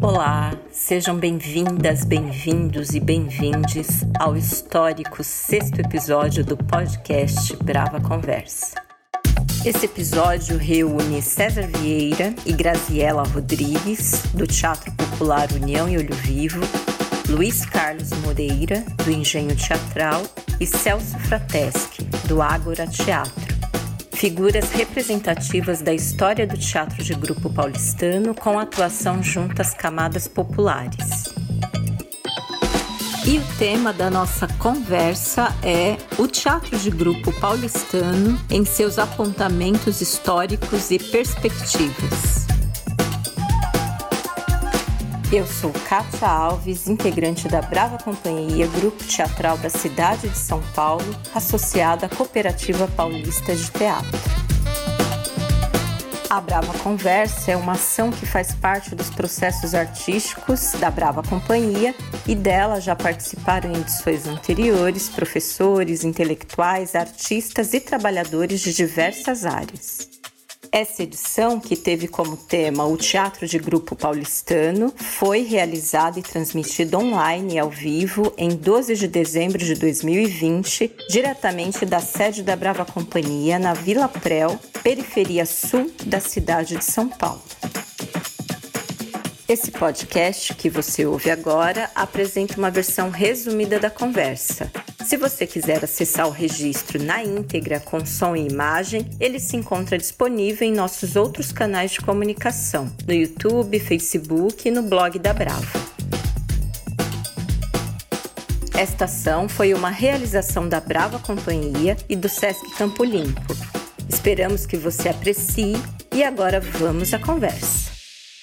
Olá, sejam bem-vindas, bem-vindos e bem-vindes ao histórico 6º episódio do podcast Brava Conversa. Esse episódio reúne César Vieira e Graziela Rodrigues, do Teatro Popular União e Olho Vivo, Luiz Carlos Moreira, do Engenho Teatral, e Celso Frateschi, do Ágora Teatro. Figuras representativas da história do teatro de grupo paulistano com atuação junto às camadas populares. E o tema da nossa conversa é o teatro de grupo paulistano em seus apontamentos históricos e perspectivas. Eu sou Kátia Alves, integrante da Brava Companhia, grupo teatral da cidade de São Paulo, associada à Cooperativa Paulista de Teatro. A Brava Conversa é uma ação que faz parte dos processos artísticos da Brava Companhia e dela já participaram em edições anteriores professores, intelectuais, artistas e trabalhadores de diversas áreas. Essa edição, que teve como tema o Teatro de Grupo Paulistano, foi realizada e transmitida online e ao vivo em 12 de dezembro de 2020, diretamente da sede da Brava Companhia, na Vila Prel, periferia sul da cidade de São Paulo. Esse podcast que você ouve agora apresenta uma versão resumida da conversa. Se você quiser acessar o registro na íntegra com som e imagem, ele se encontra disponível em nossos outros canais de comunicação, no YouTube, Facebook e no blog da Brava. Esta ação foi uma realização da Brava Companhia e do Sesc Campo Limpo. Esperamos que você aprecie e agora vamos à conversa.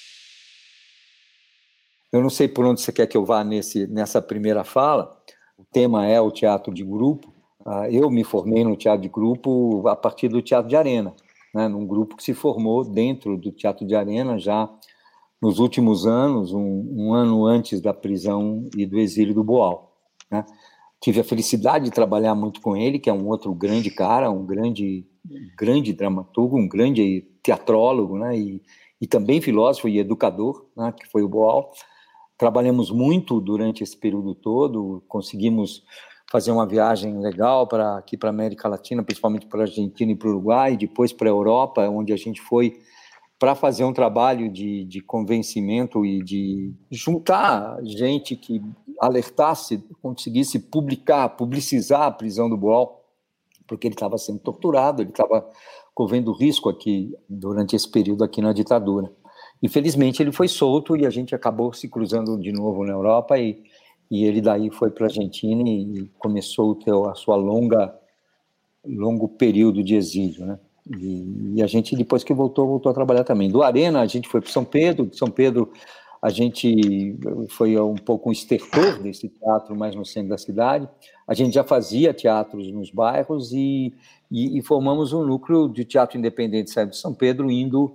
Eu não sei por onde você quer que eu vá nessa primeira fala. O tema é o teatro de grupo. Eu me formei no teatro de grupo a partir do teatro de arena, né, num grupo que se formou dentro do teatro de arena já nos últimos anos, um ano antes da prisão e do exílio do Boal, né. Tive a felicidade de trabalhar muito com ele, que é um outro grande cara, um grande dramaturgo, um grande teatrólogo, né, e também filósofo e educador, né, que foi o Boal. Trabalhamos muito durante esse período todo, conseguimos fazer uma viagem legal aqui para a América Latina, principalmente para a Argentina e para o Uruguai, e depois para a Europa, onde a gente foi para fazer um trabalho de convencimento e de juntar gente que alertasse, conseguisse publicizar a prisão do Boal, porque ele estava sendo torturado, ele estava correndo risco aqui durante esse período aqui na ditadura. Infelizmente ele foi solto e a gente acabou se cruzando de novo na Europa e ele daí foi para a Argentina e começou a sua longo período de exílio, né? E a gente, depois que voltou a trabalhar também. Do Arena a gente foi para São Pedro, de São Pedro a gente foi um pouco um estertor desse teatro mais no centro da cidade. A gente já fazia teatros nos bairros e formamos um núcleo de teatro independente de São Pedro,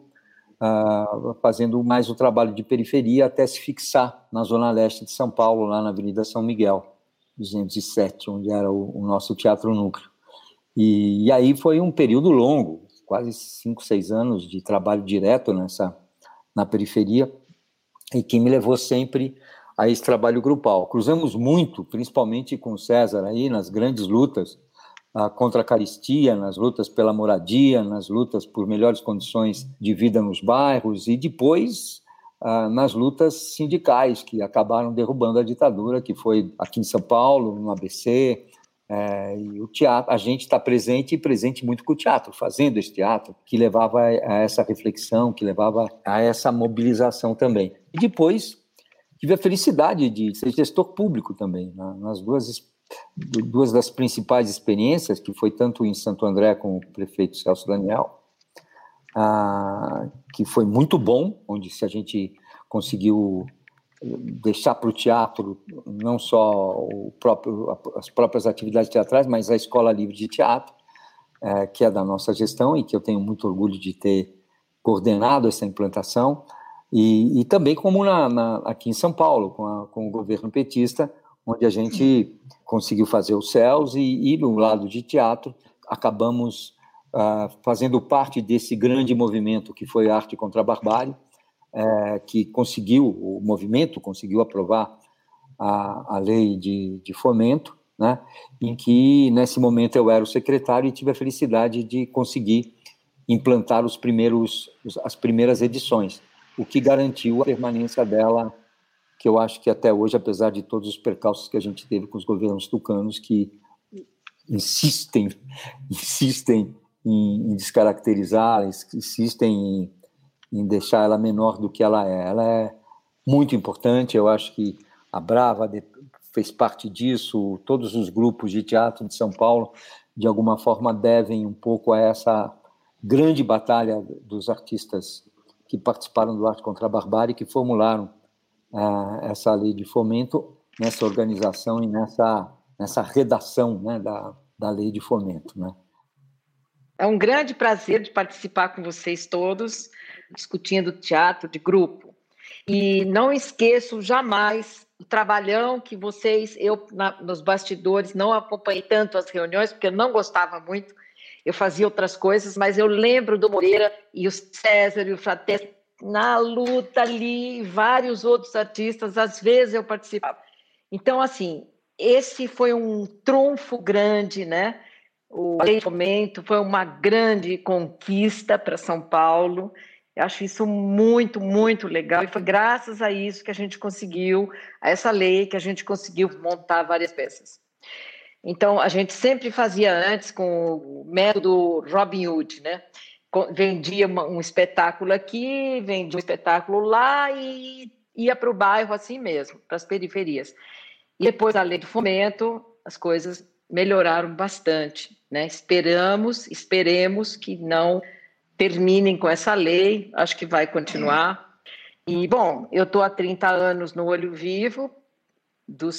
fazendo mais o trabalho de periferia até se fixar na zona leste de São Paulo, lá na Avenida São Miguel, 207, onde era o nosso teatro núcleo. E aí foi um período longo, quase 5, 6 anos de trabalho direto na periferia, e que me levou sempre a esse trabalho grupal. Cruzamos muito, principalmente com o César, aí, nas grandes lutas contra a carestia, nas lutas pela moradia, nas lutas por melhores condições de vida nos bairros e depois nas lutas sindicais que acabaram derrubando a ditadura, que foi aqui em São Paulo, no ABC, e o teatro, a gente está presente muito com o teatro, fazendo esse teatro que levava a essa reflexão, que levava a essa mobilização também. E depois tive a felicidade de ser gestor público também, nas duas das principais experiências, que foi tanto em Santo André com o prefeito Celso Daniel, que foi muito bom, onde a gente conseguiu deixar para o teatro não só as próprias atividades teatrais, mas a Escola Livre de Teatro, que é da nossa gestão e que eu tenho muito orgulho de ter coordenado essa implantação, e também como aqui em São Paulo, com o governo petista, onde a gente conseguiu fazer os céus e no lado de teatro acabamos fazendo parte desse grande movimento que foi Arte contra a Barbárie, que o movimento conseguiu aprovar a lei de fomento, né, em que, nesse momento, eu era o secretário e tive a felicidade de conseguir implantar as primeiras edições, o que garantiu a permanência dela, que eu acho que até hoje, apesar de todos os percalços que a gente teve com os governos tucanos, que insistem em descaracterizar, insistem em deixar ela menor do que ela é. Ela é muito importante, eu acho que a Brava fez parte disso, todos os grupos de teatro de São Paulo, de alguma forma, devem um pouco a essa grande batalha dos artistas que participaram do Arte contra a Barbárie, que formularam essa lei de fomento, nessa organização e nessa redação, né, da lei de fomento, né? É um grande prazer de participar com vocês todos, discutindo teatro de grupo. E não esqueço jamais o trabalhão que vocês, nos bastidores, não acompanhei tanto as reuniões, porque eu não gostava muito, eu fazia outras coisas, mas eu lembro do Moreira e o César e o Frates na luta ali, vários outros artistas, às vezes eu participava. Então, assim, esse foi um trunfo grande, né? O Lei de Fomento foi uma grande conquista para São Paulo. Eu acho isso muito, muito legal. E foi graças a isso que a gente conseguiu, a essa lei, que a gente conseguiu montar várias peças. Então, a gente sempre fazia antes com o método Robin Hood, né? Vendia um espetáculo aqui, vendia um espetáculo lá e ia para o bairro assim mesmo, para as periferias. E depois da lei do fomento, as coisas melhoraram bastante, né? Esperemos que não terminem com essa lei, acho que vai continuar. E, bom, eu estou há 30 anos no Olho Vivo, dos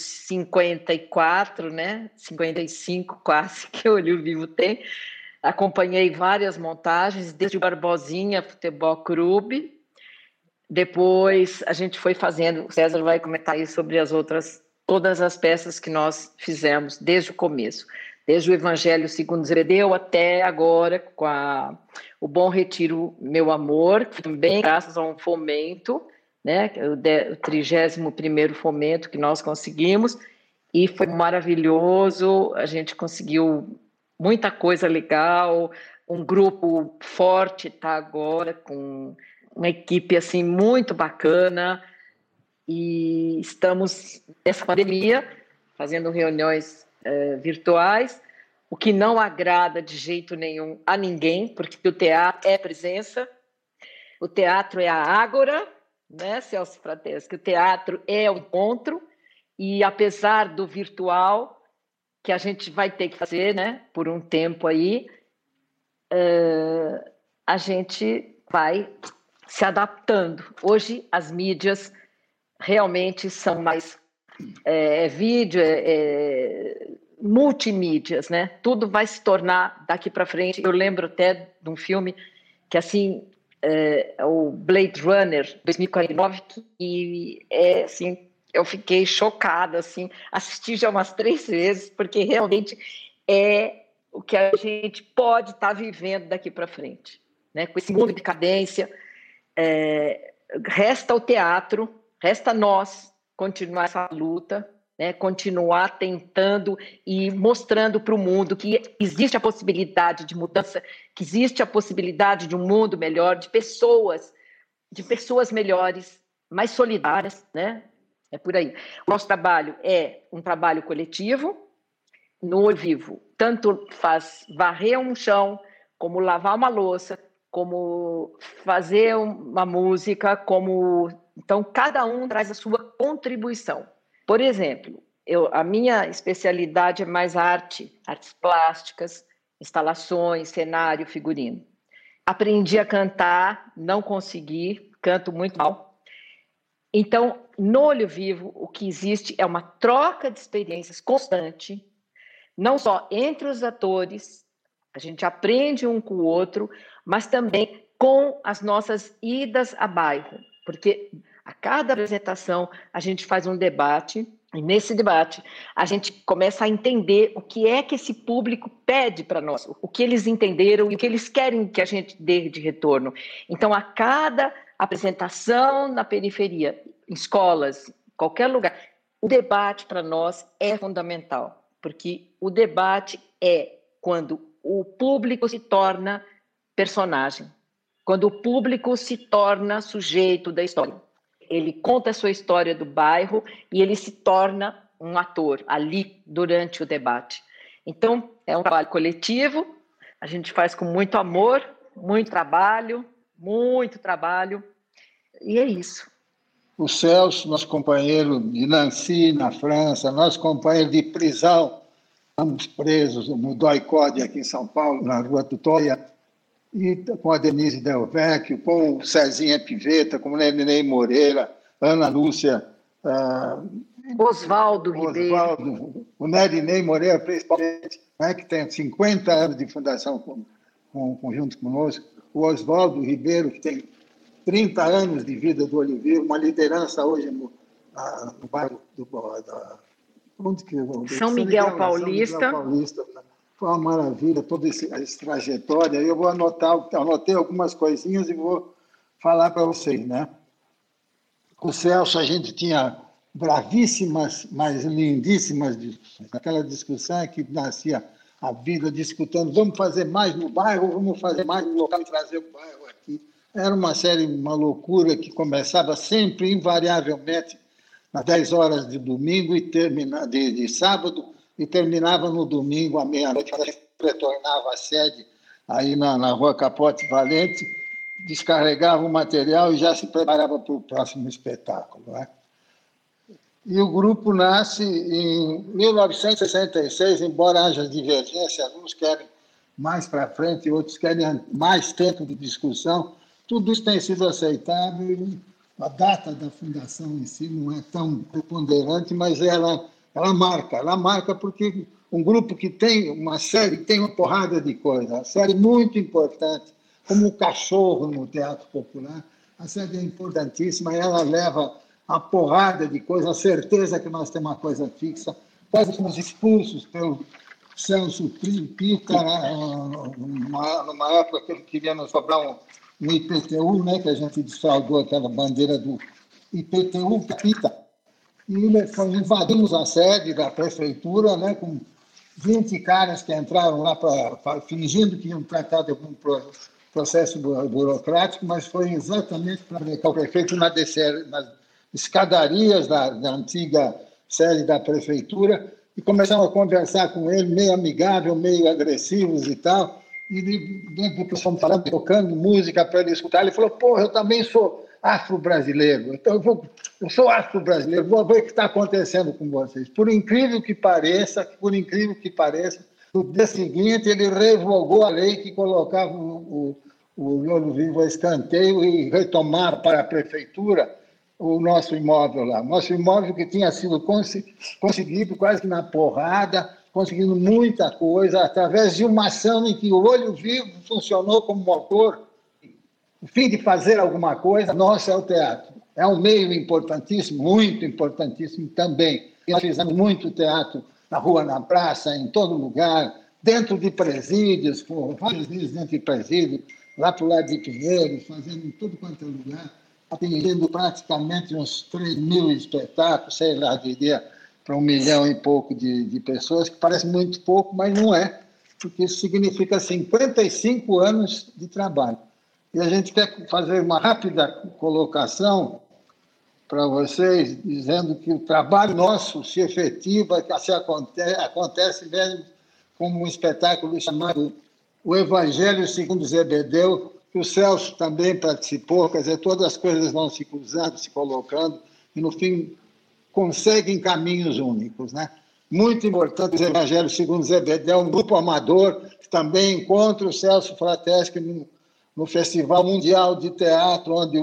54, né? 55 quase que o Olho Vivo tem. Acompanhei várias montagens, desde o Barbosinha Futebol Clube. Depois a gente foi fazendo, o César vai comentar aí sobre todas as peças que nós fizemos desde o começo, desde o Evangelho segundo Zebedeu até agora com o Bom Retiro, Meu Amor, que também graças a um fomento, né, o 31º fomento que nós conseguimos, e foi maravilhoso, a gente conseguiu muita coisa legal, um grupo forte está agora, com uma equipe assim, muito bacana, e estamos nessa pandemia, fazendo reuniões virtuais, o que não agrada de jeito nenhum a ninguém, porque o teatro é presença, o teatro é a ágora, né, Celso Frateschi? O teatro é o encontro, e apesar do virtual, que a gente vai ter que fazer, né, por um tempo aí, a gente vai se adaptando. Hoje as mídias realmente são mais vídeo, multimídias, né? Tudo vai se tornar daqui para frente. Eu lembro até de um filme que assim o Blade Runner 2049, que assim, eu fiquei chocada, assim, assisti já umas 3 vezes, porque realmente é o que a gente pode estar vivendo daqui para frente, né? Com esse mundo de cadência, resta o teatro, resta nós continuar essa luta, né? Continuar tentando e mostrando para o mundo que existe a possibilidade de mudança, que existe a possibilidade de um mundo melhor, de pessoas melhores, mais solidárias, né? É por aí. O nosso trabalho é um trabalho coletivo, no Olho Vivo, tanto faz varrer um chão, como lavar uma louça, como fazer uma música, então cada um traz a sua contribuição. Por exemplo, a minha especialidade é mais artes plásticas, instalações, cenário, figurino. Aprendi a cantar, não consegui, canto muito mal. Então, no Olho Vivo, o que existe é uma troca de experiências constante, não só entre os atores, a gente aprende um com o outro, mas também com as nossas idas a bairro, porque a cada apresentação a gente faz um debate, e nesse debate a gente começa a entender o que é que esse público pede para nós, o que eles entenderam e o que eles querem que a gente dê de retorno. Então, a cada apresentação na periferia, em escolas, em qualquer lugar. O debate, para nós, é fundamental, porque o debate é quando o público se torna personagem, quando o público se torna sujeito da história. Ele conta a sua história do bairro e ele se torna um ator ali durante o debate. Então, é um trabalho coletivo, a gente faz com muito amor, muito trabalho, e é isso. O Celso, nosso companheiro de Nancy, na França, nosso companheiro de prisão, ambos presos no DOI-CODE aqui em São Paulo, na Rua Tutóia, e com a Denise Del Vecchio, com o Cezinha Piveta, com o Nenê Moreira, Ana Lúcia... Oswaldo Ribeiro. O Nerinei Moreira, principalmente, né, que tem 50 anos de fundação junto conosco. O Oswaldo Ribeiro, que tem 30 anos de vida do Olho Vivo, uma liderança hoje no bairro São Miguel Paulista. Foi uma maravilha toda essa trajetória. Eu vou anotei algumas coisinhas e vou falar para vocês, né? Com o Celso, a gente tinha bravíssimas, mas lindíssimas discussões. Aquela discussão que nascia a vida disputando, vamos fazer mais no bairro, vamos fazer mais no local e trazer o bairro aqui. Era uma loucura que começava sempre, invariavelmente, às 10 horas de domingo de sábado, e terminava no domingo à meia-noite, quando a gente retornava à sede, aí na Rua Capote Valente, descarregava o material e já se preparava para o próximo espetáculo, né? E o grupo nasce em 1966, embora haja divergência, alguns querem mais para frente, outros querem mais tempo de discussão. Tudo isso tem sido aceitável. A data da fundação em si não é tão preponderante, mas ela marca porque um grupo que tem uma série, tem uma porrada de coisas, uma série muito importante, como o Cachorro no Teatro Popular, a série é importantíssima, ela leva a porrada de coisas, a certeza que nós temos uma coisa fixa, quase fomos expulsos pelo Celso Pita, numa época que ele queria nos cobrar um IPTU, né, que a gente desfraudou aquela bandeira do IPTU Pita, e invadimos a sede da prefeitura, né, com 20 caras que entraram lá fingindo que iam tratar de algum processo burocrático, mas foi exatamente para brecar o prefeito nas escadarias da antiga sede da prefeitura, e começamos a conversar com ele, meio amigável, meio agressivos e tal, e dentro do que estamos falando, tocando música para ele escutar, ele falou, porra, eu também sou afro-brasileiro, então eu sou afro-brasileiro, vou ver o que está acontecendo com vocês. Por incrível que pareça, no dia seguinte ele revogou a lei que colocava o Olho Vivo a escanteio e retomava para a prefeitura o nosso imóvel lá. Nosso imóvel que tinha sido conseguido quase que na porrada, conseguindo muita coisa, através de uma ação em que o Olho Vivo funcionou como motor. O fim de fazer alguma coisa, nosso é o teatro. É um meio importantíssimo, muito importantíssimo também. E nós fizemos muito teatro na rua, na praça, em todo lugar, dentro de presídios, várias vezes dentro de presídios, lá para o lado de Pinheiros, fazendo em tudo quanto é lugar, atingindo praticamente uns 3 mil espetáculos, sei lá, diria, para 1 milhão e pouco de pessoas, que parece muito pouco, mas não é, porque isso significa 55 anos de trabalho. E a gente quer fazer uma rápida colocação para vocês, dizendo que o trabalho nosso se efetiva, que se acontece mesmo como um espetáculo chamado O Evangelho segundo Zebedeu, que o Celso também participou, quer dizer, todas as coisas vão se cruzando, se colocando, e no fim conseguem caminhos únicos, né? Muito importante, o Evangelho segundo Zebedeu, um grupo amador, que também encontra o Celso Frateschi no Festival Mundial de Teatro, onde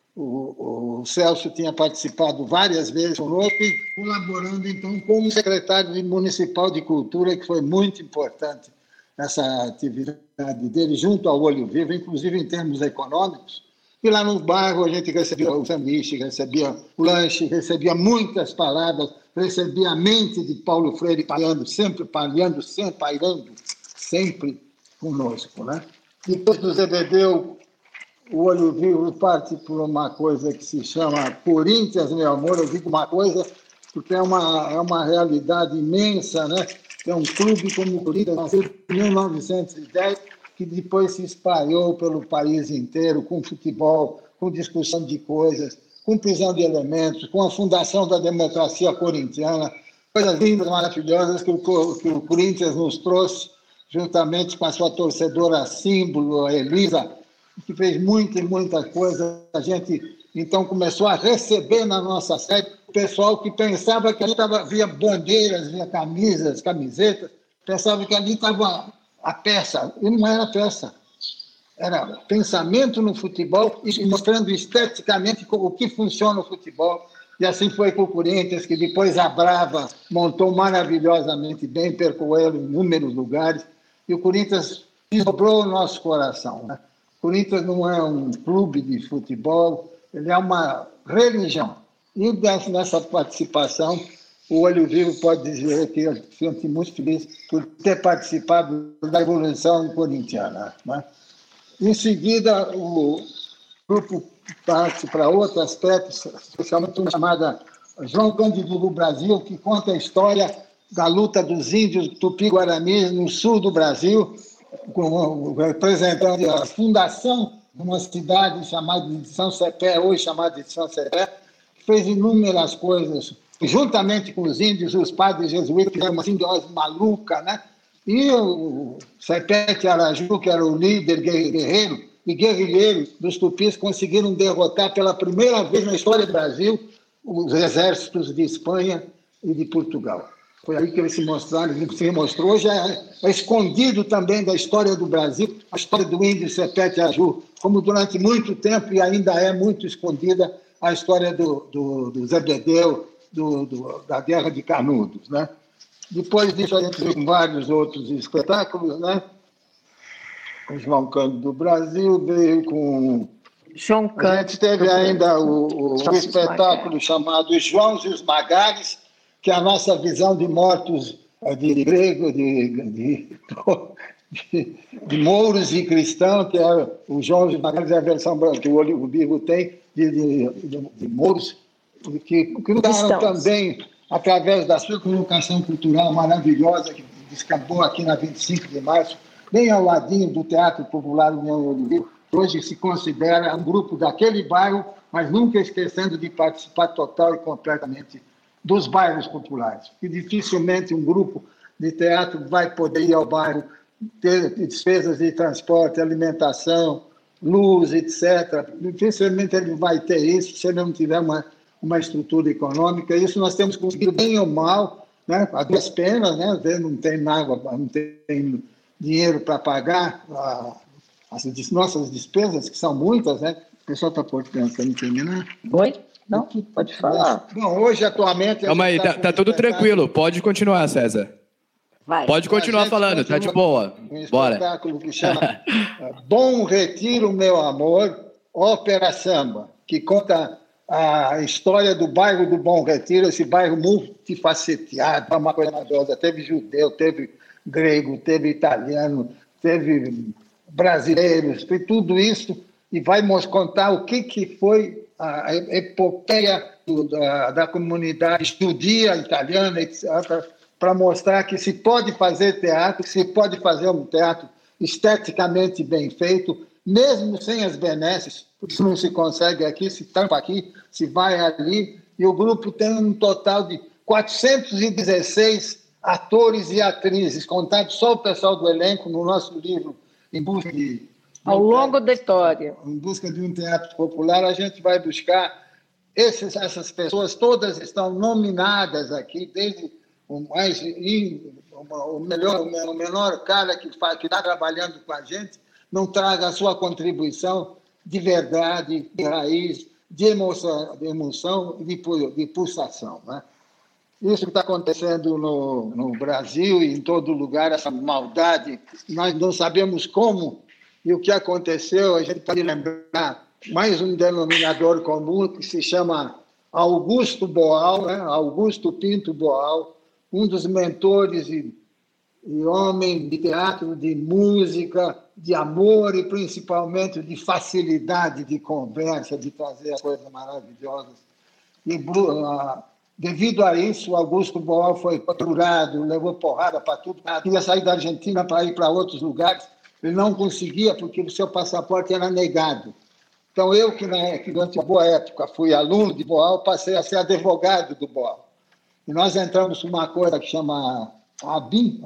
o Celso tinha participado várias vezes conosco e colaborando, então, como secretário municipal de Cultura, que foi muito importante essa atividade dele, junto ao Olho Vivo, inclusive em termos econômicos. E lá no bairro a gente recebia o sanduíche, recebia o lanche, recebia muitas palavras, recebia a mente de Paulo Freire pairando sempre conosco, né? Depois do Zebedeu, o Olho Vivo parte por uma coisa que se chama Corinthians, meu amor. Eu digo uma coisa porque é uma realidade imensa, né? É um clube como o Corinthians, nasceu em 1910, que depois se espalhou pelo país inteiro, com futebol, com discussão de coisas, com prisão de elementos, com a fundação da democracia corintiana, coisas lindas, maravilhosas que o Corinthians nos trouxe, juntamente com a sua torcedora símbolo, a Elisa, que fez muita coisa. A gente, então, começou a receber na nossa sede o pessoal que pensava que ali havia bandeiras, havia camisetas, pensava que ali estava a peça. E não era peça. Era pensamento no futebol e mostrando esteticamente o que funciona o futebol. E assim foi com o Corinthians, que depois a Brava montou maravilhosamente bem, percorreu em inúmeros lugares. E o Corinthians desdobrou o nosso coração, né? O Corinthians não é um clube de futebol, ele é uma religião. E nessa participação, o Olho Vivo pode dizer que eu sinto muito feliz por ter participado da evolução corintiana, né? Em seguida, o grupo parte para outro aspecto, especialmente uma chamada João Cândido do Brasil, que conta a história da luta dos índios tupi-guaranis no sul do Brasil, representando a fundação de uma cidade chamada de São Cepé, hoje chamada de São Cepé, que fez inúmeras coisas, juntamente com os índios, os padres jesuítas, que eram uma simbiose maluca, né? E o Cepé Araju, que era o líder guerreiro e guerrilheiro dos tupis, conseguiram derrotar pela primeira vez na história do Brasil os exércitos de Espanha e de Portugal. Foi aí que eles se mostraram, se mostrou. Hoje é escondido também da história do Brasil, a história do índio Cepé Araju, como durante muito tempo, e ainda é muito escondida, a história do Zebedeu, da Guerra de Canudos, né? Depois disso, a gente viu vários outros espetáculos, né? O João Cândido do Brasil veio com... João Cândido. A gente teve ainda o espetáculo chamado João e os Magares, que é a nossa visão de mortos de grego, de mouros e cristãos, que é o João e os Magares, é a versão que o Olho Vivo tem de mouros, que lutaram também através da sua colocação cultural maravilhosa, que descambou aqui na 25 de março, bem ao ladinho do Teatro Popular União Olho. Hoje se considera um grupo daquele bairro, mas nunca esquecendo de participar total e completamente dos bairros populares. E dificilmente um grupo de teatro vai poder ir ao bairro, ter despesas de transporte, alimentação, luz, etc. Dificilmente ele vai ter isso se ele não tiver uma estrutura econômica. Isso nós temos conseguido, bem ou mal, né? A duas penas, né? Não tem água, não tem dinheiro para pagar as nossas despesas, que são muitas, né? O pessoal está pensando em terminar. Oi? Não, pode falar. Bom, hoje, atualmente... Calma aí, tá tudo tranquilo. Pode continuar, César. Vai. Pode continuar falando, tá de boa. Bora. Um espetáculo que chama Bom Retiro, Meu Amor, Ópera Samba, que conta a história do bairro do Bom Retiro, esse bairro multifaceteado, uma coisa maravilhosa. Teve judeu, teve grego, teve italiano, teve brasileiros, foi tudo isso, e vai contar o que foi a epopeia da comunidade judia, italiana, etc., para mostrar que se pode fazer teatro, que se pode fazer um teatro esteticamente bem feito, mesmo sem as benesses, porque isso não se consegue aqui, se tampa aqui, se vai ali, e o grupo tem um total de 416 atores e atrizes, contado só o pessoal do elenco no nosso livro, Em Busca de... Ao longo da história. Em busca de um teatro popular, a gente vai buscar essas pessoas, todas estão nominadas aqui, desde o menor cara que está trabalhando com a gente, não traz a sua contribuição de verdade, de raiz, de emoção e de pulsação, né? Isso que está acontecendo no Brasil e em todo lugar, essa maldade, nós não sabemos como. E o que aconteceu, a gente pode lembrar mais um denominador comum que se chama Augusto Boal, né? Augusto Pinto Boal, um dos mentores e homem de teatro, de música, de amor e principalmente de facilidade de conversa, de trazer as coisas maravilhosas. E devido a isso, Augusto Boal foi torturado, levou porrada para tudo. Queria sair da Argentina para ir para outros lugares. Ele não conseguia porque o seu passaporte era negado. Então, eu, que durante uma boa época fui aluno de Boal, passei a ser advogado do Boal. E nós entramos numa coisa que chama ABIN,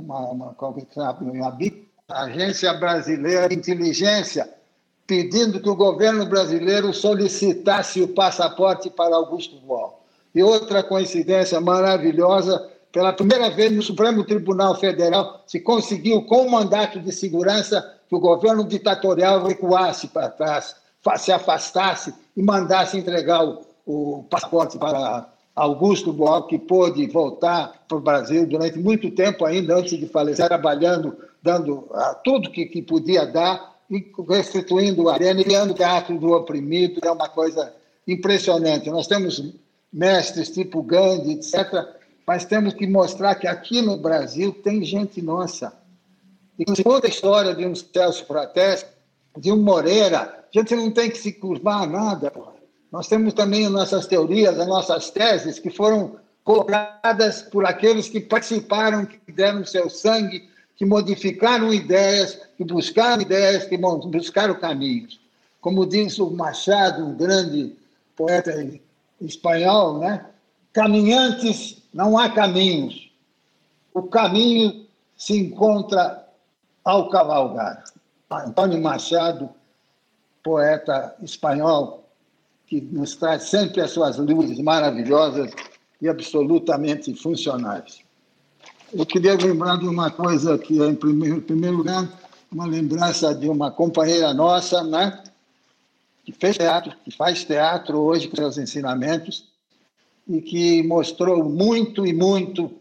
a Agência Brasileira de Inteligência, pedindo que o governo brasileiro solicitasse o passaporte para Augusto Boal. E outra coincidência maravilhosa, pela primeira vez no Supremo Tribunal Federal se conseguiu, com o mandato de segurança, que o governo ditatorial recuasse para trás, se afastasse e mandasse entregar o passaporte para Augusto Boal, que pôde voltar para o Brasil durante muito tempo ainda, antes de falecer, trabalhando, dando tudo que podia dar, e restituindo a arena, criando o teatro do oprimido. É uma coisa impressionante. Nós temos mestres tipo Gandhi, etc., mas temos que mostrar que aqui no Brasil tem gente nossa. E quando se conta a história de um Celso Frateschi, de um Moreira, a gente não tem que se curvar a nada. Nós temos também as nossas teorias, as nossas teses, que foram colocadas por aqueles que participaram, que deram seu sangue, que modificaram ideias, que buscaram caminhos. Como diz o Machado, um grande poeta espanhol, né? Caminhantes, não há caminhos. O caminho se encontra ao cavalgar. Antônio Machado, poeta espanhol, que nos traz sempre as suas luzes maravilhosas e absolutamente funcionais. Eu queria lembrar de uma coisa que é, em primeiro lugar, uma lembrança de uma companheira nossa, né? Que fez teatro, que faz teatro hoje com seus ensinamentos, e que mostrou muito e muito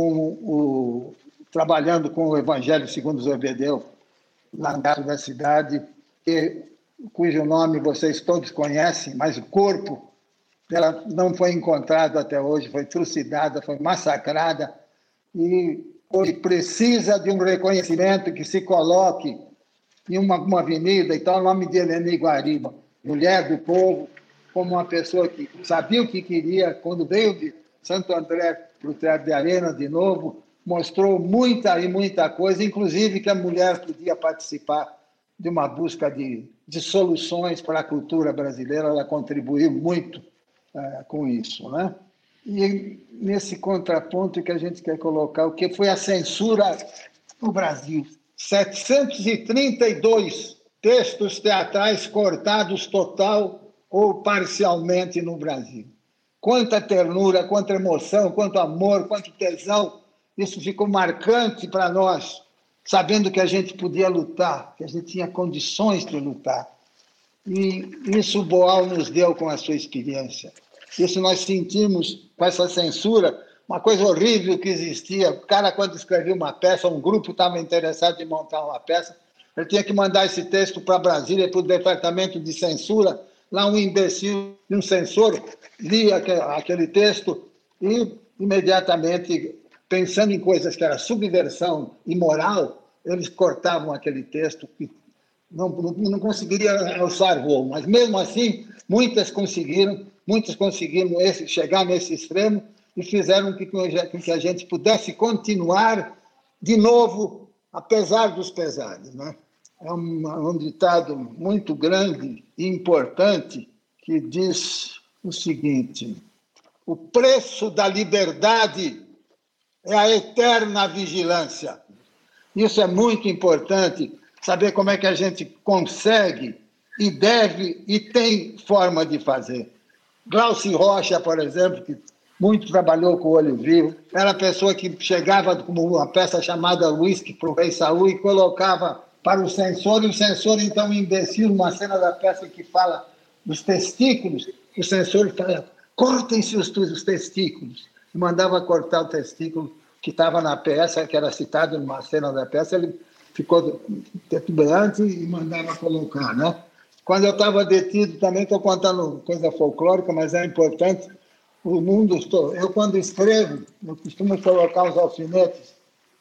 trabalhando com o Evangelho segundo Zebedeu, lá no teatro da cidade, cujo nome vocês todos conhecem, mas o corpo dela não foi encontrado até hoje, foi trucidada, foi massacrada, e hoje precisa de um reconhecimento que se coloque em uma avenida, e tal, o nome de Eleni Guariba, mulher do povo, como uma pessoa que sabia o que queria, quando veio de Santo André para o Teatro de Arena de novo, mostrou muita e muita coisa, inclusive que a mulher podia participar de uma busca de soluções para a cultura brasileira. Ela contribuiu muito com isso, né? E nesse contraponto que a gente quer colocar, o que foi a censura no Brasil. 732 textos teatrais cortados total ou parcialmente no Brasil. Quanta ternura, quanta emoção, quanto amor, quanto tesão. Isso ficou marcante para nós, sabendo que a gente podia lutar, que a gente tinha condições de lutar. E isso o Boal nos deu com a sua experiência. Isso nós sentimos com essa censura, uma coisa horrível que existia. O cara, quando escrevia uma peça, um grupo estava interessado em montar uma peça, ele tinha que mandar esse texto para Brasília, para o departamento de censura. Lá um imbecil, um censor, lia aquele texto e, imediatamente, pensando em coisas que era subversão imoral, eles cortavam aquele texto que não conseguiria alçar voo. Mas, mesmo assim, muitas conseguiram chegar nesse extremo e fizeram com que a gente pudesse continuar de novo, apesar dos pesares, né? É um ditado muito grande e importante que diz o seguinte: o preço da liberdade é a eterna vigilância. Isso é muito importante, saber como é que a gente consegue e deve e tem forma de fazer. Glauci Rocha, por exemplo, que muito trabalhou com o Olho Vivo, era a pessoa que chegava com uma peça chamada Whisky para o Rei Saul e colocava para o censor, e o censor, então, imbecil, uma cena da peça que fala dos testículos, o censor fala, cortem-se os testículos. E mandava cortar o testículo que estava na peça, que era citado numa cena da peça, ele ficou titubeante e mandava colocar, né? Quando eu estava detido, também estou contando coisa folclórica, mas é importante, eu quando escrevo, eu costumo colocar os alfinetes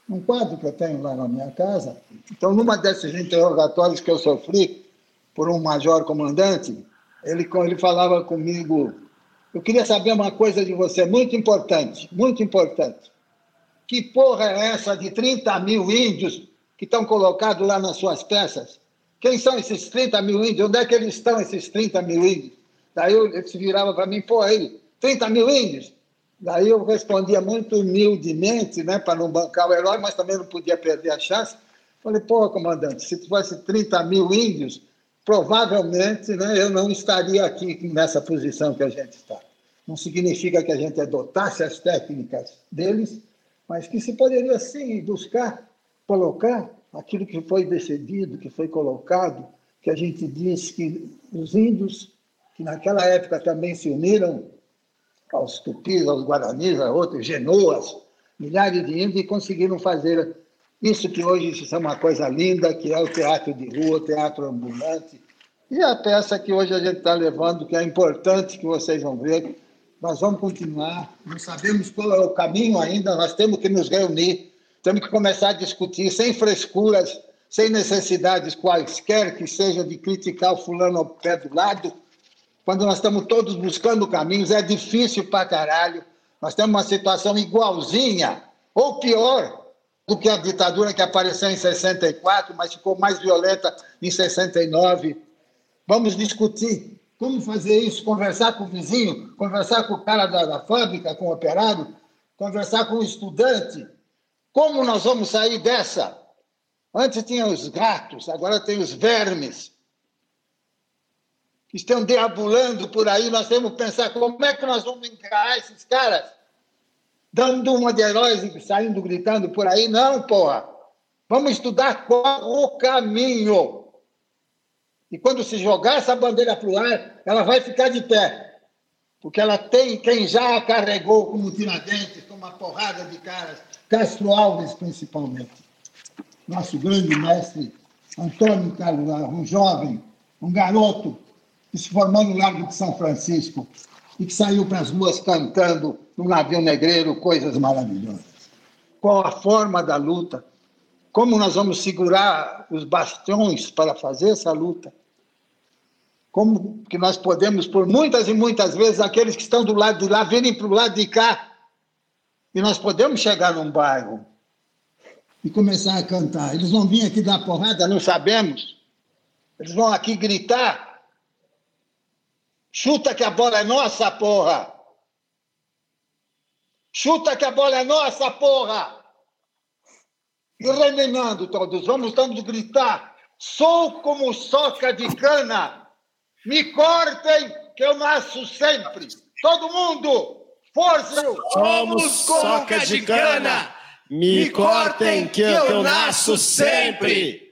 num quadro que eu tenho lá na minha casa. Então, numa desses interrogatórios que eu sofri por um major comandante, ele falava comigo: eu queria saber uma coisa de você, muito importante, muito importante. Que porra é essa de 30 mil índios que estão colocados lá nas suas peças? Quem são esses 30 mil índios? Onde é que eles estão, esses 30 mil índios? Daí ele se virava para mim: pô, aí, 30 mil índios? Daí eu respondia muito humildemente, né, para não bancar o herói, mas também não podia perder a chance. Falei: pô, comandante, se tivesse 30 mil índios, provavelmente, né, eu não estaria aqui nessa posição que a gente está. Não significa que a gente adotasse as técnicas deles, mas que se poderia, sim, buscar, colocar aquilo que foi decidido, que foi colocado, que a gente diz que os índios, que naquela época também se uniram aos tupis, aos guaranis, a outros, genoas, milhares de índios, e conseguiram fazer isso que hoje é uma coisa linda, que é o teatro de rua, o teatro ambulante, e a peça que hoje a gente está levando, que é importante, que vocês vão ver. Nós vamos continuar, não sabemos qual é o caminho ainda, nós temos que nos reunir, temos que começar a discutir sem frescuras, sem necessidades quaisquer que seja de criticar o fulano ao pé do lado. Quando nós estamos todos buscando caminhos, é difícil pra caralho. Nós temos uma situação igualzinha, ou pior, do que a ditadura que apareceu em 64, mas ficou mais violenta em 69. Vamos discutir como fazer isso, conversar com o vizinho, conversar com o cara da fábrica, com o operário, conversar com o estudante. Como nós vamos sair dessa? Antes tinha os gatos, agora tem os vermes que estão deambulando por aí. Nós temos que pensar como é que nós vamos encarar esses caras, dando uma de heróis e saindo gritando por aí. Não, porra. Vamos estudar qual o caminho. E quando se jogar essa bandeira para o ar, ela vai ficar de pé. Porque ela tem quem já a carregou como Tiradentes, com uma porrada de caras, Castro Alves principalmente. Nosso grande mestre Antônio Carlos, um jovem, um garoto, que se formou no Largo de São Francisco e que saiu para as ruas cantando no navio negreiro coisas maravilhosas. Qual a forma da luta? Como nós vamos segurar os bastiões para fazer essa luta? Como que nós podemos, por muitas e muitas vezes, aqueles que estão do lado de lá virem para o lado de cá, e nós podemos chegar num bairro e começar a cantar. Eles vão vir aqui dar porrada, não sabemos. Eles vão aqui gritar. Chuta que a bola é nossa, porra! Chuta que a bola é nossa, porra! E reminando todos, vamos gritar: sou como soca de cana, me cortem que eu nasço sempre. Todo mundo, força! Somos soca de cana, me cortem que eu nasço sempre.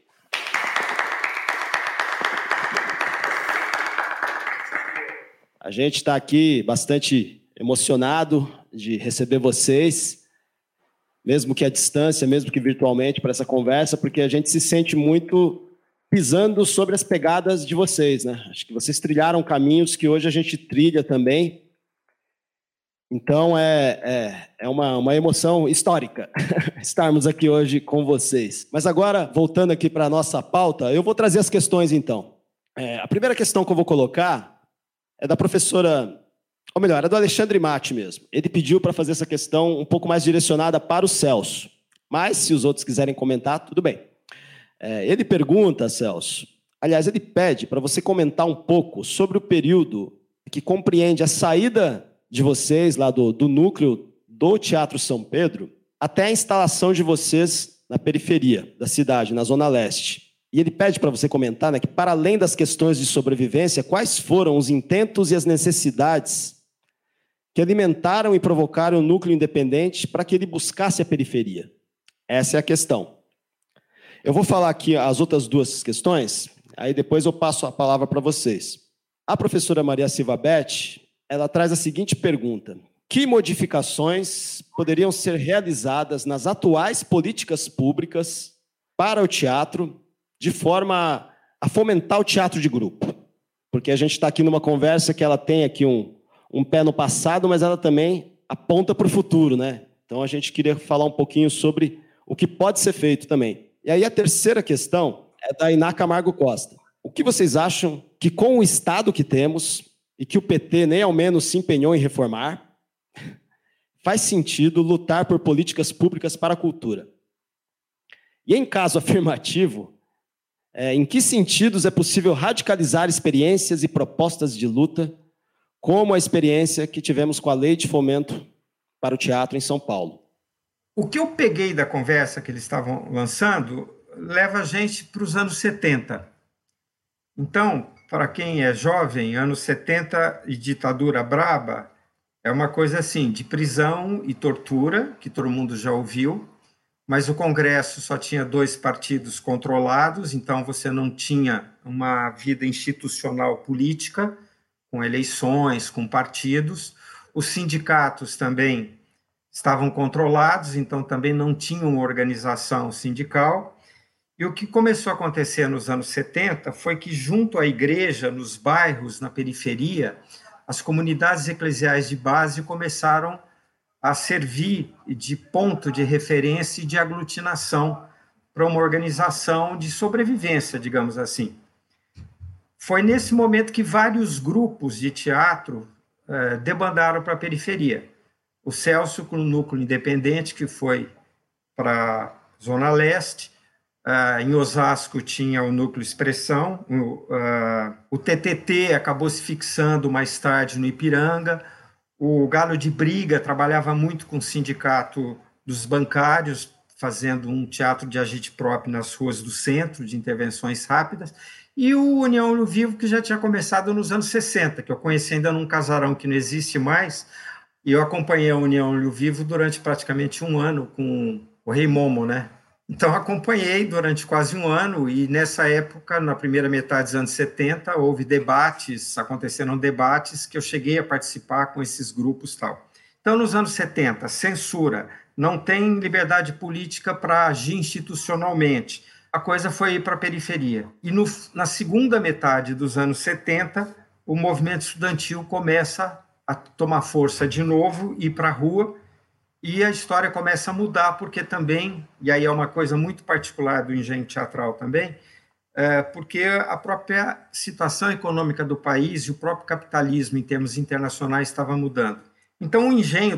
A gente está aqui bastante emocionado de receber vocês, mesmo que à distância, mesmo que virtualmente, para essa conversa, porque a gente se sente muito pisando sobre as pegadas de vocês, né? Acho que vocês trilharam caminhos que hoje a gente trilha também. Então, é uma emoção histórica estarmos aqui hoje com vocês. Mas agora, voltando aqui para a nossa pauta, eu vou trazer as questões, então. A primeira questão que eu vou colocar é da professora, ou melhor, é do Alexandre Matti mesmo. Ele pediu para fazer essa questão um pouco mais direcionada para o Celso. Mas, se os outros quiserem comentar, tudo bem. Ele pergunta, Celso, aliás, ele pede para você comentar um pouco sobre o período que compreende a saída de vocês lá do núcleo do Teatro São Pedro até a instalação de vocês na periferia da cidade, na Zona Leste. E ele pede para você comentar, né, que, para além das questões de sobrevivência, quais foram os intentos e as necessidades que alimentaram e provocaram o núcleo independente para que ele buscasse a periferia. Essa é a questão. Eu vou falar aqui as outras duas questões, aí depois eu passo a palavra para vocês. A professora Maria Silva Beth, ela traz a seguinte pergunta: que modificações poderiam ser realizadas nas atuais políticas públicas para o teatro de forma a fomentar o teatro de grupo? Porque a gente está aqui numa conversa que ela tem aqui um pé no passado, mas ela também aponta para o futuro, né? Então a gente queria falar um pouquinho sobre o que pode ser feito também. E aí a terceira questão é da Iná Camargo Costa. O que vocês acham que com o Estado que temos, e que o PT nem ao menos se empenhou em reformar, faz sentido lutar por políticas públicas para a cultura? E em caso afirmativo, em que sentidos é possível radicalizar experiências e propostas de luta, como a experiência que tivemos com a Lei de Fomento para o Teatro em São Paulo? O que eu peguei da conversa que eles estavam lançando leva a gente para os anos 70. Então, para quem é jovem, anos 70 e ditadura braba, é uma coisa assim, de prisão e tortura, que todo mundo já ouviu, mas o Congresso só tinha 2 partidos controlados, então você não tinha uma vida institucional política, com eleições, com partidos. Os sindicatos também estavam controlados, então também não tinham uma organização sindical. E o que começou a acontecer nos anos 70 foi que, junto à igreja, nos bairros, na periferia, as comunidades eclesiais de base começaram a servir de ponto de referência e de aglutinação para uma organização de sobrevivência, digamos assim. Foi nesse momento que vários grupos de teatro debandaram para a periferia. O Celso, com o Núcleo Independente, que foi para a Zona Leste. Em Osasco tinha o Núcleo Expressão. O TTT acabou se fixando mais tarde no Ipiranga. O Galo de Briga trabalhava muito com o sindicato dos bancários, fazendo um teatro de agite próprio nas ruas do centro, de intervenções rápidas. E o União Olho Vivo, que já tinha começado nos anos 60, que eu conheci ainda num casarão que não existe mais, e eu acompanhei a União Olho Vivo durante praticamente um ano com o Rei Momo, né? Então, acompanhei durante quase um ano, e nessa época, na primeira metade dos anos 70, houve debates, aconteceram debates que eu cheguei a participar com esses grupos e tal. Então, nos anos 70, censura, não tem liberdade política para agir institucionalmente. A coisa foi ir para a periferia. E na segunda metade dos anos 70, o movimento estudantil começa a tomar força de novo, ir para a rua, e a história começa a mudar, porque também, e aí é uma coisa muito particular do engenho teatral também, porque a própria situação econômica do país e o próprio capitalismo em termos internacionais estava mudando. Então o engenho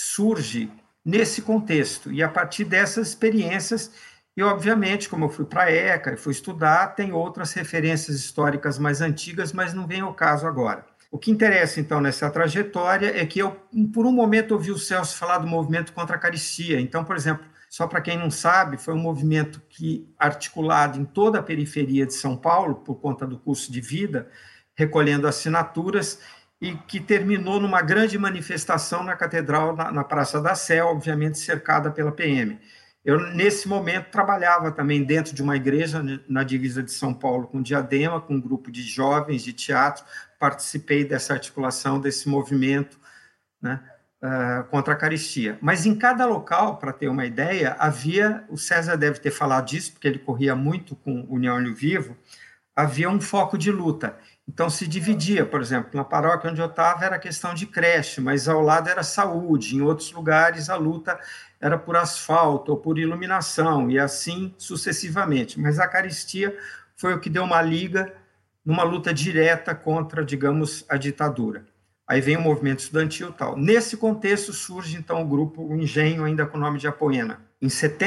surge nesse contexto, e a partir dessas experiências, e obviamente, como eu fui para a ECA e fui estudar, tem outras referências históricas mais antigas, mas não vem ao caso agora. O que interessa, então, nessa trajetória é que eu, por um momento, ouvi o Celso falar do movimento contra a carestia. Então, por exemplo, só para quem não sabe, foi um movimento que, articulado em toda a periferia de São Paulo, por conta do custo de vida, recolhendo assinaturas, e que terminou numa grande manifestação na Catedral, na Praça da Sé, obviamente cercada pela PM. Eu, nesse momento, trabalhava também dentro de uma igreja, na divisa de São Paulo, com Diadema, com um grupo de jovens de teatro, participei dessa articulação, desse movimento, né, contra a carestia. Mas em cada local, para ter uma ideia, havia, o César deve ter falado disso, porque ele corria muito com União Olho Vivo, havia um foco de luta. Então se dividia, por exemplo, na paróquia onde eu estava era questão de creche, mas ao lado era saúde, em outros lugares a luta era por asfalto ou por iluminação, e assim sucessivamente. Mas a carestia foi o que deu uma liga numa luta direta contra, digamos, a ditadura. Aí vem o movimento estudantil e tal. Nesse contexto surge, então, o grupo O Engenho, ainda com o nome de Apoena, em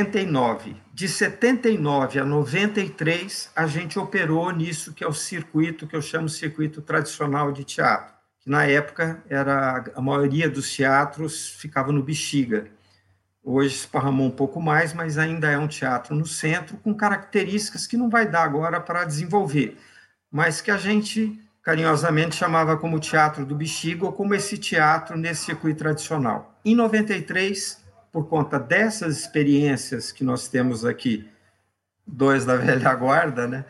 79. De 79 a 93, a gente operou nisso que é o circuito, que eu chamo de circuito tradicional de teatro, que na época era a maioria dos teatros ficava no Bexiga. Hoje esparramou um pouco mais, mas ainda é um teatro no centro, com características que não vai dar agora para desenvolver, mas que a gente carinhosamente chamava como teatro do Bexiga ou como esse teatro nesse circuito tradicional. Em 93, por conta dessas experiências que nós temos aqui, 2 da velha guarda, né,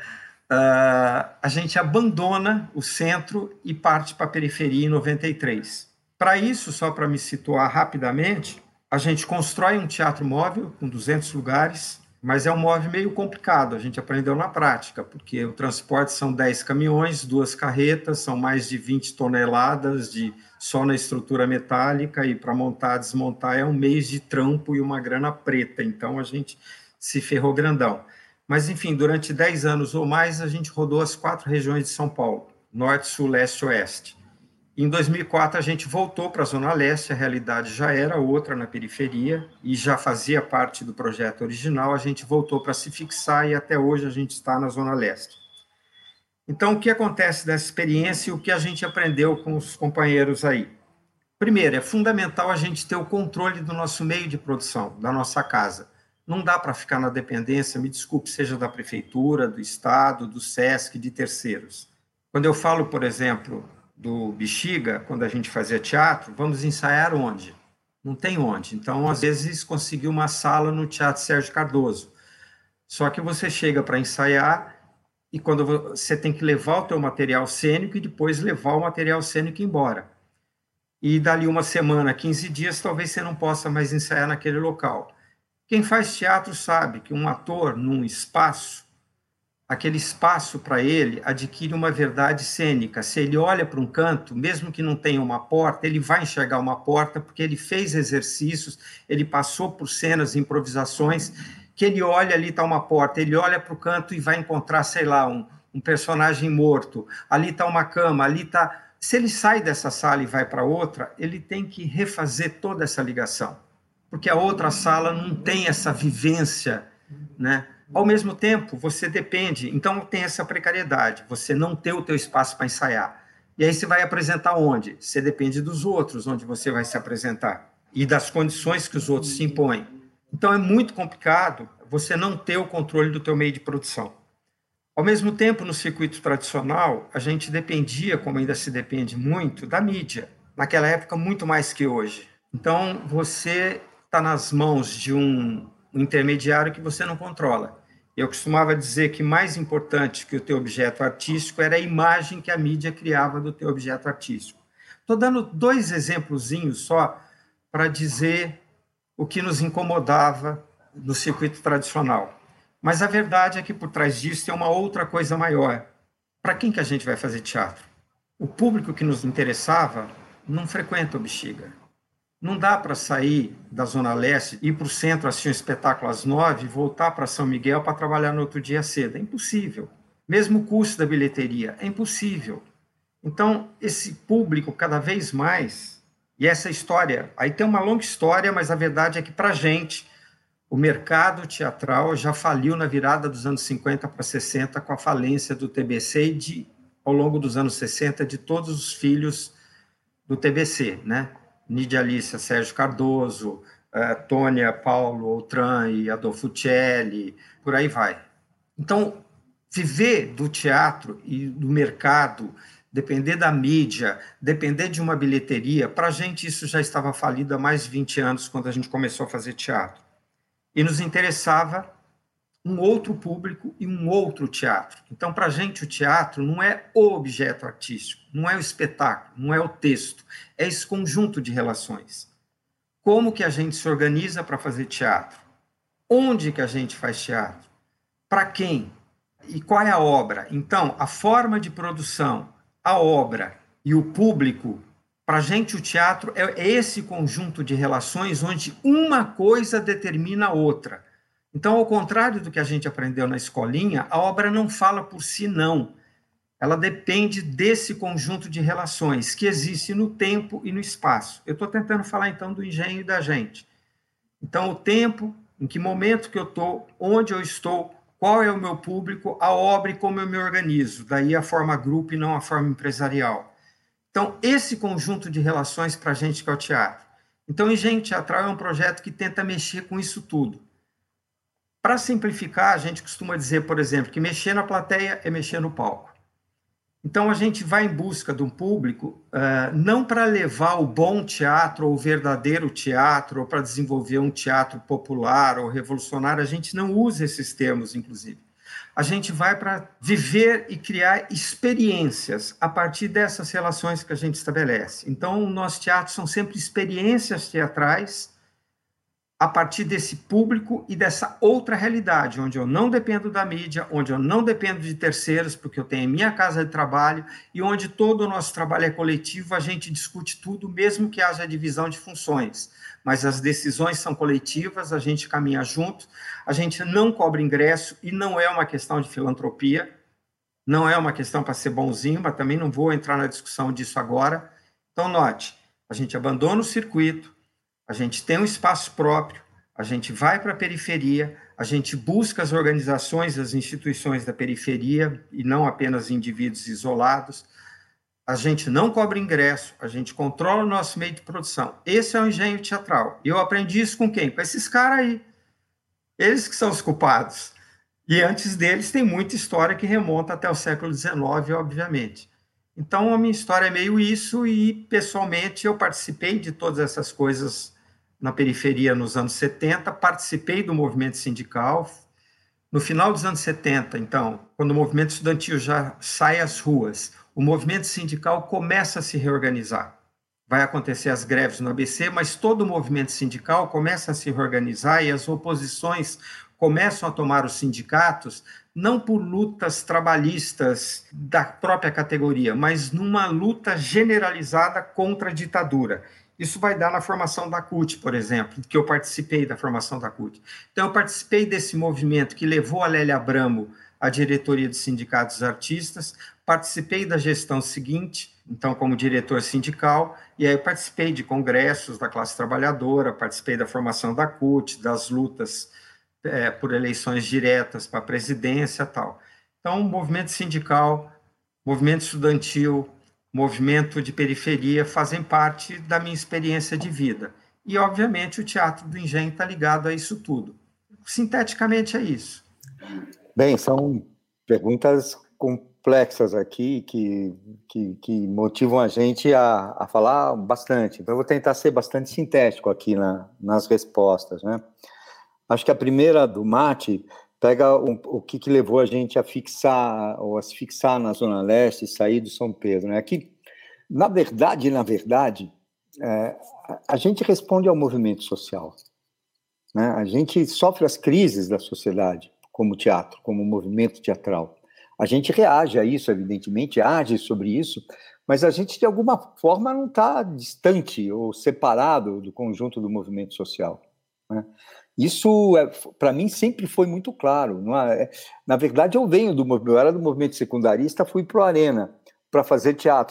a gente abandona o centro e parte para a periferia em 93. Para isso, só para me situar rapidamente, a gente constrói um teatro móvel com 200 lugares, mas é um MOV meio complicado, a gente aprendeu na prática, porque o transporte são 10 caminhões, 2 carretas, são mais de 20 toneladas só na estrutura metálica, e para montar, desmontar é um mês de trampo e uma grana preta, então a gente se ferrou grandão. Mas, enfim, durante 10 anos ou mais, a gente rodou as 4 regiões de São Paulo, norte, sul, leste e oeste. Em 2004, a gente voltou para a Zona Leste, a realidade já era outra na periferia e já fazia parte do projeto original, a gente voltou para se fixar e até hoje a gente está na Zona Leste. Então, o que acontece dessa experiência e o que a gente aprendeu com os companheiros aí? Primeiro, é fundamental a gente ter o controle do nosso meio de produção, da nossa casa. Não dá para ficar na dependência, me desculpe, seja da prefeitura, do Estado, do SESC, de terceiros. Quando eu falo, por exemplo, do Bexiga, quando a gente fazia teatro, vamos ensaiar onde? Não tem onde. Então, às vezes, consegui uma sala no Teatro Sérgio Cardoso. Só que você chega para ensaiar e quando você tem que levar o teu material cênico e depois levar o material cênico embora. E dali uma semana, 15 dias, talvez você não possa mais ensaiar naquele local. Quem faz teatro sabe que um ator, num espaço, aquele espaço para ele adquire uma verdade cênica. Se ele olha para um canto, mesmo que não tenha uma porta, ele vai enxergar uma porta porque ele fez exercícios, ele passou por cenas, improvisações, que ele olha, ali está uma porta, ele olha para o canto e vai encontrar, sei lá, um personagem morto, ali está uma cama, ali está... Se ele sai dessa sala e vai para outra, ele tem que refazer toda essa ligação, porque a outra sala não tem essa vivência, né? Ao mesmo tempo, você depende, então tem essa precariedade, você não ter o teu espaço para ensaiar. E aí você vai apresentar onde? Você depende dos outros, onde você vai se apresentar, e das condições que os outros se impõem. Então é muito complicado você não ter o controle do teu meio de produção. Ao mesmo tempo, no circuito tradicional, a gente dependia, como ainda se depende muito, da mídia. Naquela época, muito mais que hoje. Então, você está nas mãos de um intermediário que você não controla. Eu costumava dizer que mais importante que o teu objeto artístico era a imagem que a mídia criava do teu objeto artístico. Estou dando 2 exemplozinhos só para dizer o que nos incomodava no circuito tradicional. Mas a verdade é que por trás disso tem uma outra coisa maior. Para quem que a gente vai fazer teatro? O público que nos interessava não frequenta o Bexiga. Não dá para sair da Zona Leste, ir para o centro, assistir um espetáculo às 9 e voltar para São Miguel para trabalhar no outro dia cedo. É impossível. Mesmo o custo da bilheteria, é impossível. Então, esse público, cada vez mais, e essa história, aí tem uma longa história, mas a verdade é que, para a gente, o mercado teatral já faliu na virada dos anos 50 para 60 com a falência do TBC e, ao longo dos anos 60, de todos os filhos do TBC, né? Nídia Alicia, Sérgio Cardoso, Tônia, Paulo Outram e Adolfo Celli, por aí vai. Então, viver do teatro e do mercado, depender da mídia, depender de uma bilheteria, para a gente isso já estava falido há mais de 20 anos, quando a gente começou a fazer teatro. E nos interessava um outro público e um outro teatro. Então, para a gente, o teatro não é o objeto artístico, não é o espetáculo, não é o texto, é esse conjunto de relações. Como que a gente se organiza para fazer teatro? Onde que a gente faz teatro? Para quem? E qual é a obra? Então, a forma de produção, a obra e o público, para a gente, o teatro é esse conjunto de relações onde uma coisa determina a outra. Então, ao contrário do que a gente aprendeu na escolinha, a obra não fala por si, não. Ela depende desse conjunto de relações que existe no tempo e no espaço. Eu estou tentando falar, então, do engenho da gente. Então, o tempo, em que momento que eu estou, onde eu estou, qual é o meu público, a obra e como eu me organizo. Daí a forma grupo e não a forma empresarial. Então, esse conjunto de relações para a gente que é o teatro. Então, o engenho teatral é um projeto que tenta mexer com isso tudo. Para simplificar, a gente costuma dizer, por exemplo, que mexer na plateia é mexer no palco. Então, a gente vai em busca de um público, não para levar o bom teatro ou o verdadeiro teatro, ou para desenvolver um teatro popular ou revolucionário, a gente não usa esses termos, inclusive. A gente vai para viver e criar experiências a partir dessas relações que a gente estabelece. Então, o nosso teatro são sempre experiências teatrais a partir desse público e dessa outra realidade, onde eu não dependo da mídia, onde eu não dependo de terceiros, porque eu tenho a minha casa de trabalho, e onde todo o nosso trabalho é coletivo, a gente discute tudo, mesmo que haja divisão de funções. Mas as decisões são coletivas, a gente caminha junto, a gente não cobra ingresso, e não é uma questão de filantropia, não é uma questão para ser bonzinho, mas também não vou entrar na discussão disso agora. Então, note, a gente abandona o circuito, a gente tem um espaço próprio, a gente vai para a periferia, a gente busca as organizações, as instituições da periferia, e não apenas indivíduos isolados. A gente não cobra ingresso, a gente controla o nosso meio de produção. Esse é o engenho teatral. Eu aprendi isso com quem? Com esses caras aí. Eles que são os culpados. E antes deles tem muita história que remonta até o século XIX, obviamente. Então, a minha história é meio isso, e, pessoalmente, eu participei de todas essas coisas na periferia nos anos 70, participei do movimento sindical. No final dos anos 70, então, quando o movimento estudantil já sai às ruas, o movimento sindical começa a se reorganizar. Vai acontecer as greves no ABC, mas todo o movimento sindical começa a se reorganizar e as oposições começam a tomar os sindicatos, não por lutas trabalhistas da própria categoria, mas numa luta generalizada contra a ditadura. Isso vai dar na formação da CUT, por exemplo, que eu participei da formação da CUT. Então, eu participei desse movimento que levou a Lélia Abramo à diretoria dos sindicatos artistas, participei da gestão seguinte, então, como diretor sindical, e aí eu participei de congressos da classe trabalhadora, participei da formação da CUT, das lutas por eleições diretas para a presidência e tal. Então, movimento sindical, movimento estudantil, movimento de periferia fazem parte da minha experiência de vida. E, obviamente, o Teatro do Engenho está ligado a isso tudo. Sinteticamente, é isso. Bem, são perguntas complexas aqui que motivam a gente a falar bastante. Então, eu vou tentar ser bastante sintético aqui nas respostas, né? Acho que a primeira do Mate pega o que levou a gente a fixar, ou a se fixar na Zona Leste e sair do São Pedro, né? Que, na verdade, a gente responde ao movimento social, né? A gente sofre as crises da sociedade, como teatro, como movimento teatral. A gente reage a isso, evidentemente, age sobre isso, mas a gente, de alguma forma, não está distante ou separado do conjunto do movimento social, né? Isso, para mim, sempre foi muito claro. Não é? Na verdade, eu era do movimento secundarista, fui para o Arena para fazer teatro.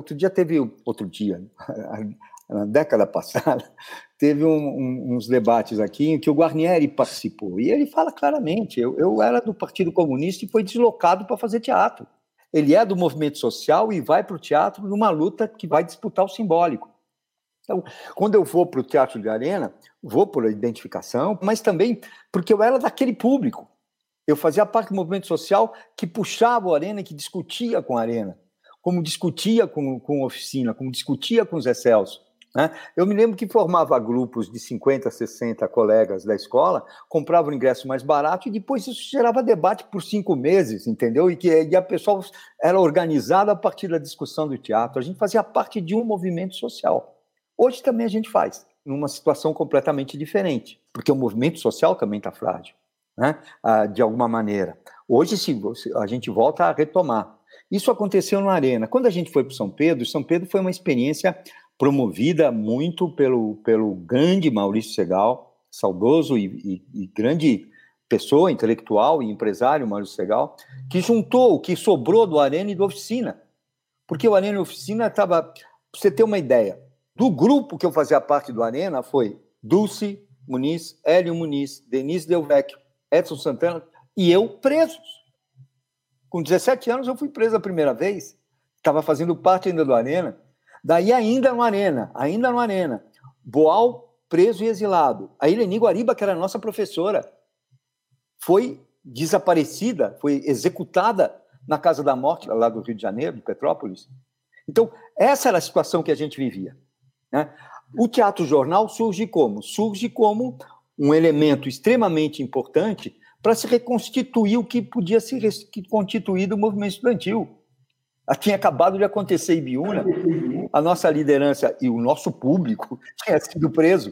Na década passada, teve uns debates aqui em que o Guarnieri participou, e ele fala claramente, eu era do Partido Comunista e foi deslocado para fazer teatro. Ele é do movimento social e vai para o teatro numa luta que vai disputar o simbólico. Então, quando eu vou para o Teatro de Arena, vou por identificação, mas também porque eu era daquele público. Eu fazia parte do movimento social que puxava o Arena e que discutia com a Arena, como discutia com a Oficina, como discutia com os Zé Celso, né? Eu me lembro que formava grupos de 50, 60 colegas da escola, comprava o ingresso mais barato e depois isso gerava debate por 5 meses, entendeu? E a pessoa era organizada a partir da discussão do teatro. A gente fazia parte de um movimento social. Hoje também a gente faz, numa situação completamente diferente, porque o movimento social também está frágil, né? De alguma maneira. Hoje a gente volta a retomar. Isso aconteceu na Arena. Quando a gente foi para São Pedro foi uma experiência promovida muito pelo grande Maurício Segal, saudoso e grande pessoa, intelectual e empresário Maurício Segal, que juntou o que sobrou do Arena e do Oficina. Porque o Arena e a Oficina estava... Para você ter uma ideia, do grupo que eu fazia parte do Arena foi Dulce Muniz, Hélio Muniz, Denise Del Vecchio, Edson Santana e eu presos. Com 17 anos eu fui preso a primeira vez, estava fazendo parte ainda do Arena. Daí ainda no Arena, Boal preso e exilado. A Ileni Guariba, que era a nossa professora, foi desaparecida, foi executada na Casa da Morte, lá do Rio de Janeiro, de Petrópolis. Então, essa era a situação que a gente vivia, né? O Teatro Jornal surge como? Surge como um elemento extremamente importante para se reconstituir o que podia ser reconstituído o movimento estudantil. Tinha acabado de acontecer em Ibiúna, a nossa liderança e o nosso público tinha sido preso,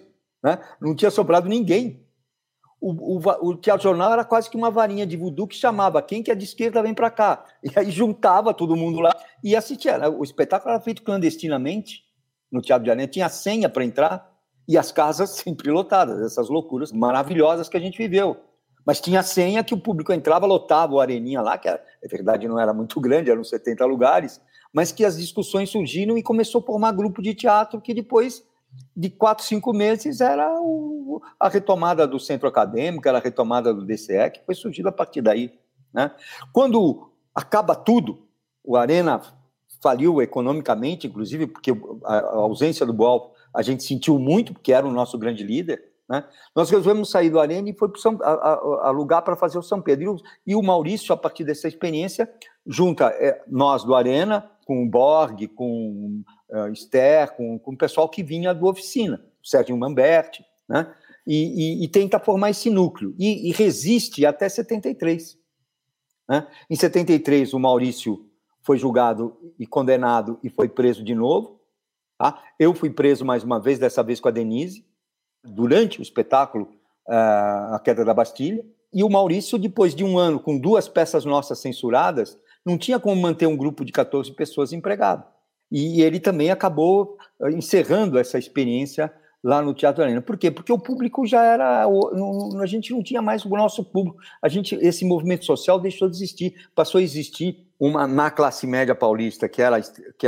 né? Não tinha sobrado ninguém. O Teatro Jornal era quase que uma varinha de voodoo que chamava quem que é de esquerda vem para cá. E aí juntava todo mundo lá e assistia. O espetáculo era feito clandestinamente no Teatro de Arena, tinha senha para entrar e as casas sempre lotadas, essas loucuras maravilhosas que a gente viveu. Mas tinha senha que o público entrava, lotava o Areninha lá, que, na verdade, não era muito grande, eram 70 lugares, mas que as discussões surgiram e começou a formar grupo de teatro que depois de 4, 5 meses era a retomada do centro acadêmico, era a retomada do DCE, que foi surgido a partir daí, né? Quando acaba tudo, o Arena faliu economicamente, inclusive, porque a ausência do Boal a gente sentiu muito, porque era o nosso grande líder, né? Nós resolvemos sair do Arena e foi alugar para fazer o São Pedro. E o Maurício, a partir dessa experiência, junta nós do Arena com o Borg, com Esther, com o pessoal que vinha do Oficina, o Sérgio Mamberti, né? E tenta formar esse núcleo. E resiste até 73. Né? Em 73, o Maurício foi julgado e condenado e foi preso de novo. Tá? Eu fui preso mais uma vez, dessa vez com a Denise, durante o espetáculo A Queda da Bastilha. E o Maurício, depois de um ano, com 2 peças nossas censuradas, não tinha como manter um grupo de 14 pessoas empregado. E ele também acabou encerrando essa experiência lá no Teatro Arena. Por quê? Porque o público já era... A gente não tinha mais o nosso público. Esse movimento social deixou de existir. Passou a existir na classe média paulista, que era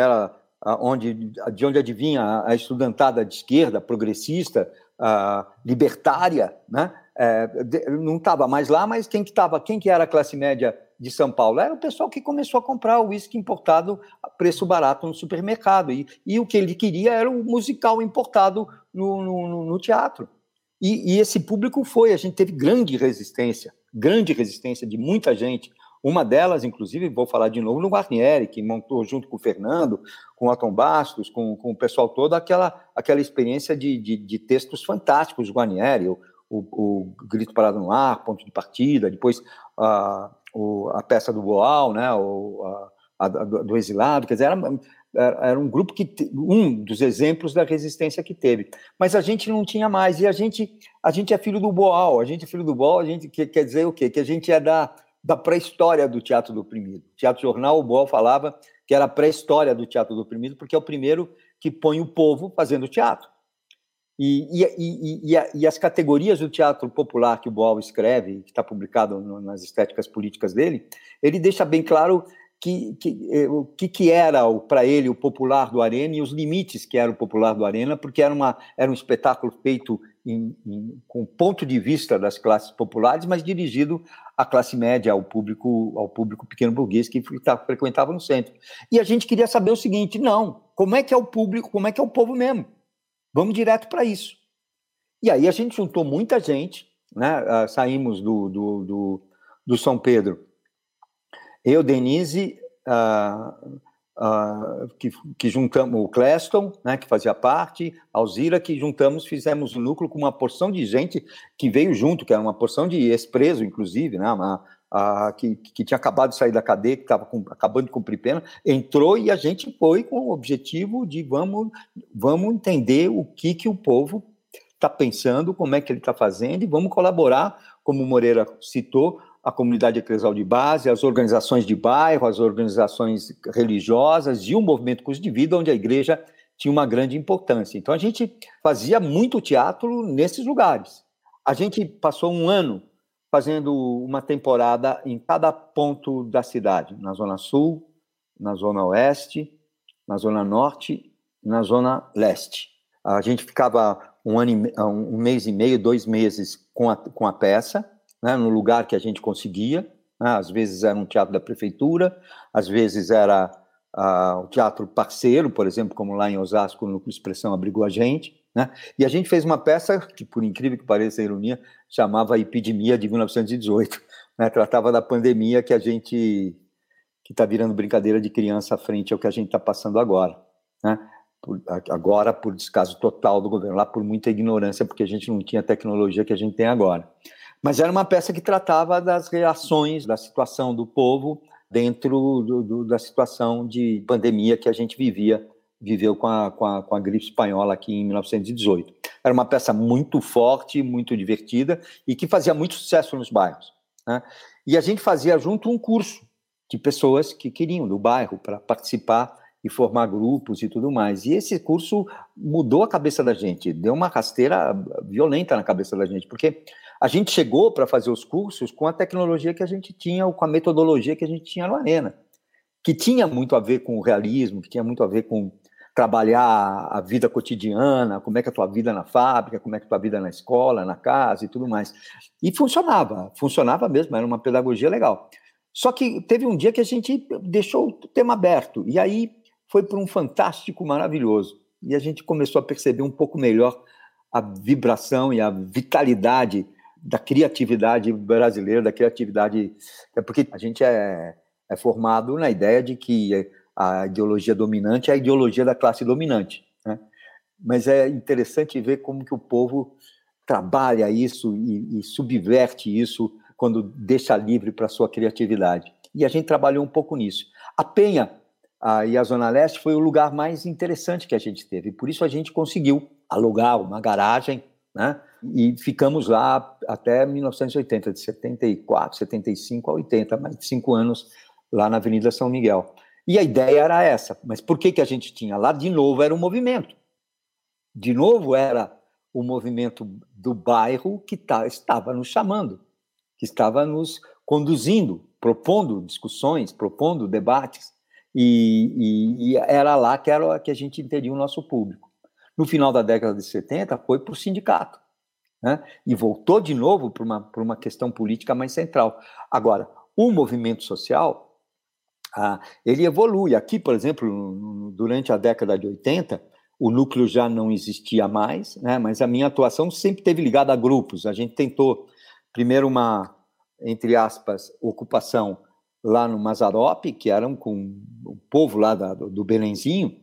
de onde adivinha a estudantada de esquerda, progressista, libertária, né? Não estava mais lá, mas quem que era a classe média de São Paulo? Era o pessoal que começou a comprar o uísque importado a preço barato no supermercado. E o que ele queria era o musical importado no teatro. E esse público a gente teve grande resistência de muita gente. Uma delas, inclusive, vou falar de novo, no Guarnieri, que montou junto com o Fernando, com o Atom Bastos, com o pessoal todo, aquela experiência de textos fantásticos do Guarnieri, o Grito Parado no Ar, Ponto de Partida, depois a peça do Boal, né, do Exilado, quer dizer, era um grupo um dos exemplos da resistência que teve. Mas a gente não tinha mais, e a gente é filho do Boal, a gente quer dizer o quê? Que a gente é da pré-história do Teatro do Oprimido. O Teatro Jornal, o Boal falava que era a pré-história do Teatro do Oprimido, porque é o primeiro que põe o povo fazendo teatro. E as categorias do teatro popular que o Boal escreve, que está publicado nas estéticas políticas dele, ele deixa bem claro o que era para ele o popular do Arena e os limites que era o popular do Arena, porque era um espetáculo feito com o ponto de vista das classes populares, mas dirigido à classe média, ao público pequeno burguês que frequentava no centro. E a gente queria saber o seguinte: não, como é que é o público, como é que é o povo mesmo? Vamos direto para isso. E aí a gente juntou muita gente, né? Saímos do São Pedro. Eu, Denise, que juntamos o Cleston, né, que fazia parte, a Alzira, que fizemos um núcleo com uma porção de gente que veio junto, que era uma porção de ex-preso, inclusive, né, que tinha acabado de sair da cadeia, que estava acabando de cumprir pena, entrou e a gente foi com o objetivo de vamos entender o que o povo está pensando, como é que ele está fazendo, e vamos colaborar, como o Moreira citou, a comunidade eclesial de base, as organizações de bairro, as organizações religiosas e o movimento Custo de Vida, onde a igreja tinha uma grande importância. Então, a gente fazia muito teatro nesses lugares. A gente passou um ano fazendo uma temporada em cada ponto da cidade, na Zona Sul, na Zona Oeste, na Zona Norte e na Zona Leste. A gente ficava um mês e meio, 2 meses com a peça, né, no lugar que a gente conseguia, né, às vezes era um teatro da prefeitura, às vezes era o teatro parceiro, por exemplo, como lá em Osasco, o Núcleo Expressão abrigou a gente, né, e a gente fez uma peça que, por incrível que pareça a ironia, chamava A Epidemia de 1918, né, tratava da pandemia que está virando brincadeira de criança frente ao que a gente está passando agora, né, agora por descaso total do governo, lá por muita ignorância, porque a gente não tinha a tecnologia que a gente tem agora. Mas era uma peça que tratava das reações, da situação do povo dentro da situação de pandemia que a gente viveu com a gripe espanhola aqui em 1918. Era uma peça muito forte, muito divertida e que fazia muito sucesso nos bairros, né? E a gente fazia junto um curso de pessoas que queriam do bairro para participar e formar grupos e tudo mais. E esse curso mudou a cabeça da gente, deu uma rasteira violenta na cabeça da gente, porque a gente chegou para fazer os cursos com a tecnologia que a gente tinha, ou com a metodologia que a gente tinha no Arena, que tinha muito a ver com o realismo, que tinha muito a ver com trabalhar a vida cotidiana, como é que é a tua vida na fábrica, como é que é a tua vida na escola, na casa e tudo mais. E funcionava mesmo, era uma pedagogia legal. Só que teve um dia que a gente deixou o tema aberto, e aí foi para um fantástico maravilhoso. E a gente começou a perceber um pouco melhor a vibração e a vitalidade da criatividade brasileira, da criatividade... Porque a gente é formado na ideia de que a ideologia dominante é a ideologia da classe dominante, né? Mas é interessante ver como que o povo trabalha isso e subverte isso quando deixa livre para a sua criatividade. E a gente trabalhou um pouco nisso. A Penha e a Zona Leste foi o lugar mais interessante que a gente teve. Por isso a gente conseguiu alugar uma garagem, né? E ficamos lá até 1980, de 74, 75 a 80, mais de 5 anos lá na Avenida São Miguel. E a ideia era essa. Mas por que a gente tinha lá? De novo, era um movimento. De novo, era o movimento do bairro que estava nos chamando, que estava nos conduzindo, propondo discussões, propondo debates, e era lá que a gente entendia o nosso público. No final da década de 70, foi para o sindicato, né? E voltou de novo para uma questão política mais central. Agora, o movimento social, ele evolui. Aqui, por exemplo, durante a década de 80, o núcleo já não existia mais, né? Mas a minha atuação sempre esteve ligada a grupos. A gente tentou, primeiro, uma, entre aspas, ocupação lá no Mazzaropi, que eram com o povo lá do Belenzinho,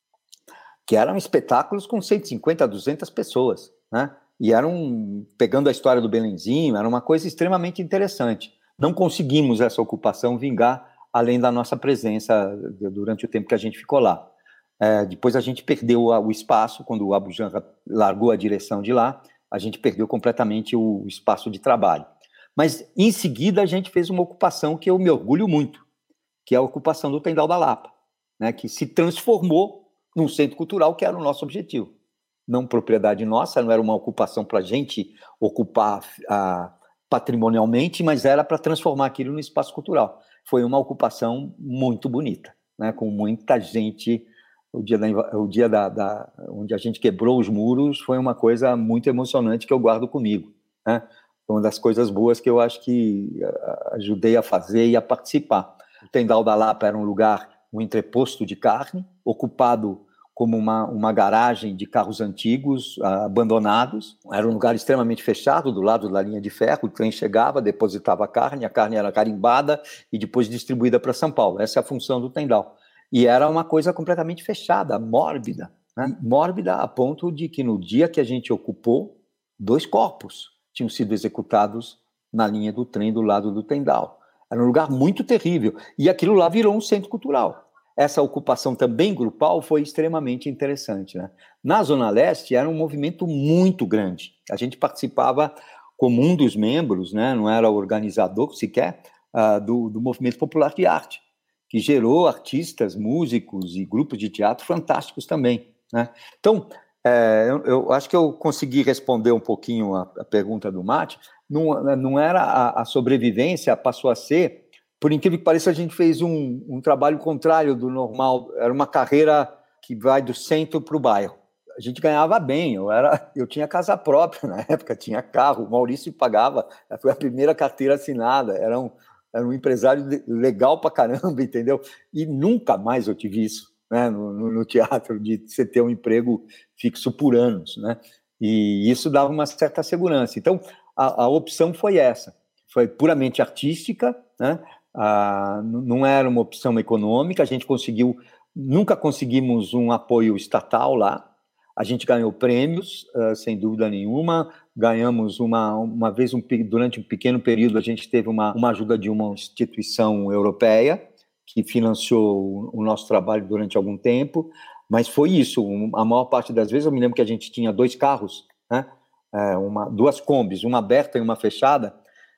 que eram espetáculos com 150 a 200 pessoas, né? E eram, pegando a história do Belenzinho, era uma coisa extremamente interessante. Não conseguimos essa ocupação vingar além da nossa presença durante o tempo que a gente ficou lá. Depois a gente perdeu o espaço, quando o Abu Janra largou a direção de lá, a gente perdeu completamente o espaço de trabalho. Mas, em seguida, a gente fez uma ocupação que eu me orgulho muito, que é a ocupação do Tendal da Lapa, né, que se transformou num centro cultural, que era o nosso objetivo. Não propriedade nossa, não era uma ocupação para a gente ocupar patrimonialmente, mas era para transformar aquilo no espaço cultural. Foi uma ocupação muito bonita, né, com muita gente. O dia onde a gente quebrou os muros foi uma coisa muito emocionante que eu guardo comigo, né? Foi uma das coisas boas que eu acho que ajudei a fazer e a participar. O Tendal da Lapa era um lugar, um entreposto de carne, ocupado como uma garagem de carros antigos, abandonados. Era um lugar extremamente fechado, do lado da linha de ferro. O trem chegava, depositava a carne era carimbada e depois distribuída para São Paulo. Essa é a função do Tendal. E era uma coisa completamente fechada, mórbida, né? Mórbida a ponto de que no dia que a gente ocupou, 2 corpos tinham sido executados na linha do trem do lado do Tendal. Era um lugar muito terrível. E aquilo lá virou um centro cultural. Essa ocupação também grupal foi extremamente interessante, né? Na Zona Leste era um movimento muito grande. A gente participava como um dos membros, né? Não era organizador sequer, do Movimento Popular de Arte, que gerou artistas, músicos e grupos de teatro fantásticos também, né? Então, eu acho que eu consegui responder um pouquinho a pergunta do Mate. Não era a sobrevivência, passou a ser, por incrível que pareça, a gente fez um trabalho contrário do normal. Era uma carreira que vai do centro para o bairro. A gente ganhava bem, eu tinha casa própria na época, tinha carro, o Maurício pagava, foi a primeira carteira assinada, era um empresário legal pra caramba, entendeu? E nunca mais eu tive isso, né, no teatro, de você ter um emprego fixo por anos, né? E isso dava uma certa segurança. Então, a opção foi essa, foi puramente artística, né? Não era uma opção econômica, nunca conseguimos um apoio estatal lá. A gente ganhou prêmios, sem dúvida nenhuma. Ganhamos uma vez, durante um pequeno período, a gente teve uma ajuda de uma instituição europeia que financiou o nosso trabalho durante algum tempo, mas foi isso. A maior parte das vezes, eu me lembro que a gente tinha 2 carros né? Duas Kombis, uma aberta e uma fechada,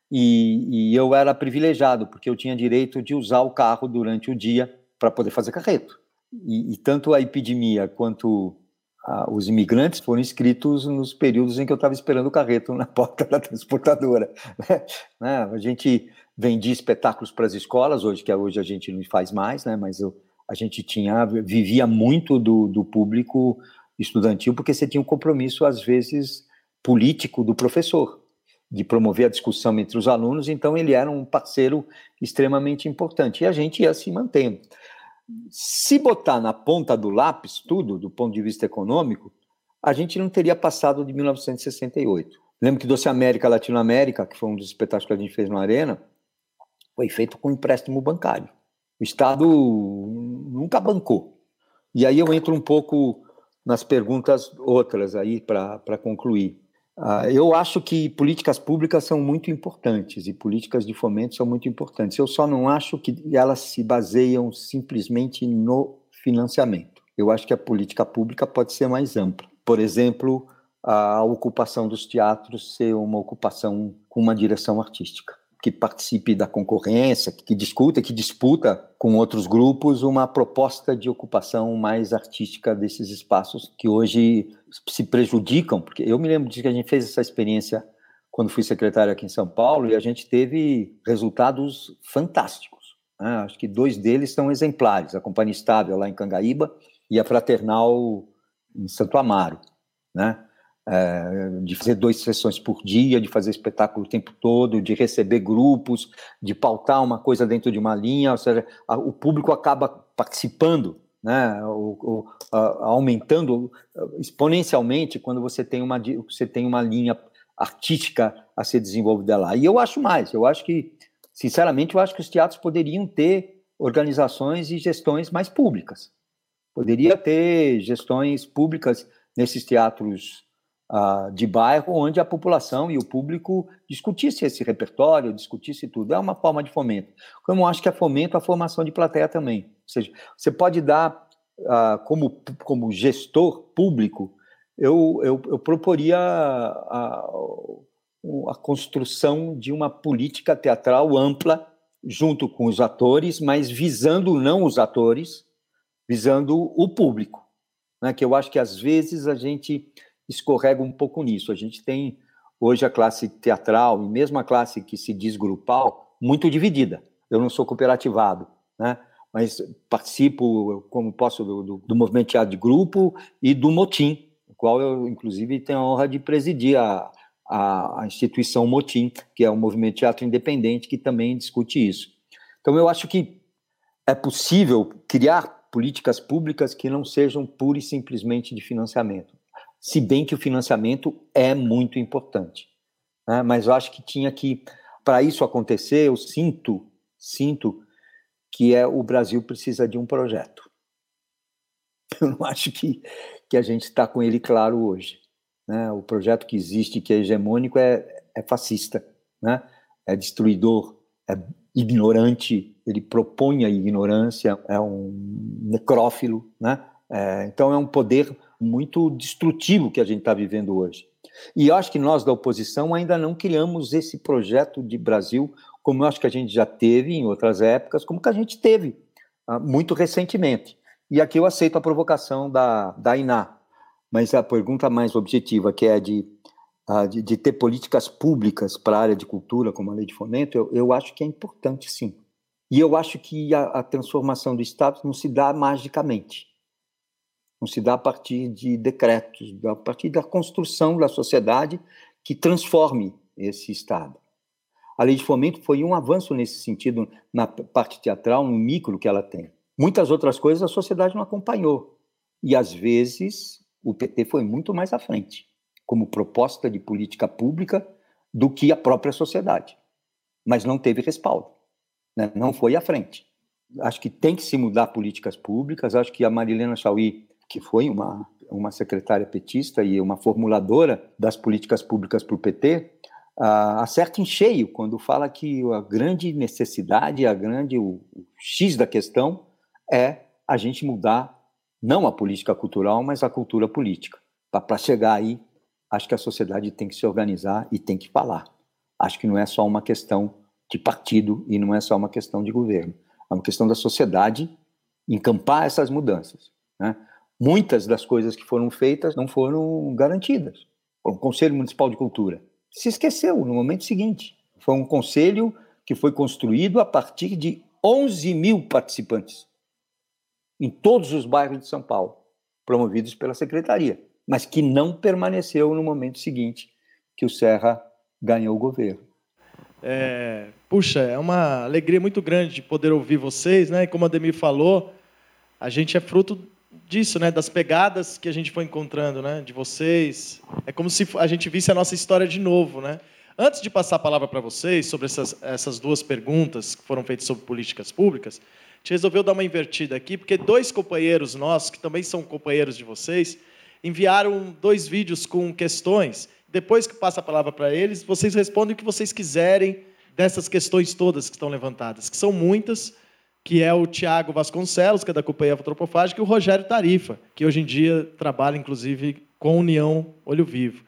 e eu era privilegiado, porque eu tinha direito de usar o carro durante o dia para poder fazer carreto. E tanto a epidemia quanto os imigrantes foram inscritos nos períodos em que eu estava esperando o carreto na porta da transportadora. Né? A gente vendia espetáculos para as escolas, hoje a gente não faz mais, né? Mas a gente vivia muito do público estudantil, porque você tinha um compromisso, às vezes, político do professor, de promover a discussão entre os alunos, então ele era um parceiro extremamente importante, e a gente ia se mantendo. Se botar na ponta do lápis tudo, do ponto de vista econômico, a gente não teria passado de 1968. Lembro que Doce América, Latinoamérica, que foi um dos espetáculos que a gente fez no Arena, foi feito com empréstimo bancário. O Estado nunca bancou. E aí eu entro um pouco nas perguntas outras aí para concluir. Eu acho que políticas públicas são muito importantes e políticas de fomento são muito importantes. Eu só não acho que elas se baseiam simplesmente no financiamento. Eu acho que a política pública pode ser mais ampla. Por exemplo, a ocupação dos teatros ser uma ocupação com uma direção artística, que participe da concorrência, que disputa com outros grupos uma proposta de ocupação mais artística desses espaços que hoje se prejudicam, porque eu me lembro de que a gente fez essa experiência quando fui secretário aqui em São Paulo e a gente teve resultados fantásticos, né? Acho que 2 deles são exemplares, a Companhia Estável lá em Cangaíba e a Fraternal em Santo Amaro, né? De fazer 2 sessões por dia, de fazer espetáculo o tempo todo, de receber grupos, de pautar uma coisa dentro de uma linha, ou seja, o público acaba participando, né, aumentando exponencialmente quando você tem uma linha artística a ser desenvolvida lá. E eu acho mais, sinceramente, eu acho que os teatros poderiam ter organizações e gestões mais públicas. Poderia ter gestões públicas nesses teatros de bairro, onde a população e o público discutisse esse repertório, discutisse tudo. É uma forma de fomento. Como eu acho que é fomento a formação de plateia também. Ou seja, você pode dar, como gestor público, eu proporia a construção de uma política teatral ampla, junto com os atores, mas visando não os atores, visando o público, né? Que eu acho que, às vezes, a gente escorrega um pouco nisso. A gente tem hoje a classe teatral e mesmo a classe que se diz grupal muito dividida. Eu não sou cooperativado, né? Mas participo, como posso, do movimento teatro de grupo e do Motim, o qual eu, inclusive, tenho a honra de presidir a instituição Motim, que é um movimento teatro independente que também discute isso. Então, eu acho que é possível criar políticas públicas que não sejam pura e simplesmente de financiamento. Se bem que o financiamento é muito importante, né? Mas eu acho que para isso acontecer, eu sinto que o Brasil precisa de um projeto. Eu não acho que a gente está com ele claro hoje, né? O projeto que existe, que é hegemônico, é fascista, né? É destruidor, é ignorante, ele propõe a ignorância, é um necrófilo, né? Então é um poder muito destrutivo que a gente está vivendo hoje. E eu acho que nós da oposição ainda não criamos esse projeto de Brasil, como eu acho que a gente já teve em outras épocas, como que a gente teve muito recentemente. E aqui eu aceito a provocação da Iná, mas a pergunta mais objetiva, que é de ter políticas públicas para a área de cultura, como a lei de fomento, eu acho que é importante, sim. E eu acho que a transformação do Estado não se dá magicamente. Não se dá a partir de decretos, a partir da construção da sociedade que transforme esse Estado. A lei de fomento foi um avanço nesse sentido, na parte teatral, no micro que ela tem. Muitas outras coisas a sociedade não acompanhou. E, às vezes, o PT foi muito mais à frente, como proposta de política pública, do que a própria sociedade. Mas não teve respaldo, né? Não foi à frente. Acho que tem que se mudar políticas públicas. Acho que a Marilena Chaui, que foi uma secretária petista e uma formuladora das políticas públicas para o PT, acerta em cheio quando fala que a grande necessidade, o X da questão é a gente mudar não a política cultural, mas a cultura política, para chegar aí acho que a sociedade tem que se organizar e tem que falar. Acho que não é só uma questão de partido e não é só uma questão de governo. É uma questão da sociedade encampar essas mudanças, né? Muitas das coisas que foram feitas não foram garantidas. O Conselho Municipal de Cultura se esqueceu no momento seguinte. Foi um conselho que foi construído a partir de 11 mil participantes em todos os bairros de São Paulo, promovidos pela Secretaria, mas que não permaneceu no momento seguinte que o Serra ganhou o governo. Puxa, é uma alegria muito grande de poder ouvir vocês, né? E como a Ademir falou, a gente é fruto disso, né? Das pegadas que a gente foi encontrando, né? De vocês. É como se a gente visse a nossa história de novo, né? Antes de passar a palavra para vocês sobre essas duas perguntas que foram feitas sobre políticas públicas, a gente resolveu dar uma invertida aqui, porque 2 companheiros nossos, que também são companheiros de vocês, enviaram 2 vídeos com questões. Depois que passa a palavra para eles, vocês respondem o que vocês quiserem dessas questões todas que estão levantadas, que são muitas, que é o Tiago Vasconcelos, que é da Companhia Antropofágica, e o Rogério Tarifa, que hoje em dia trabalha, inclusive, com a União Olho Vivo.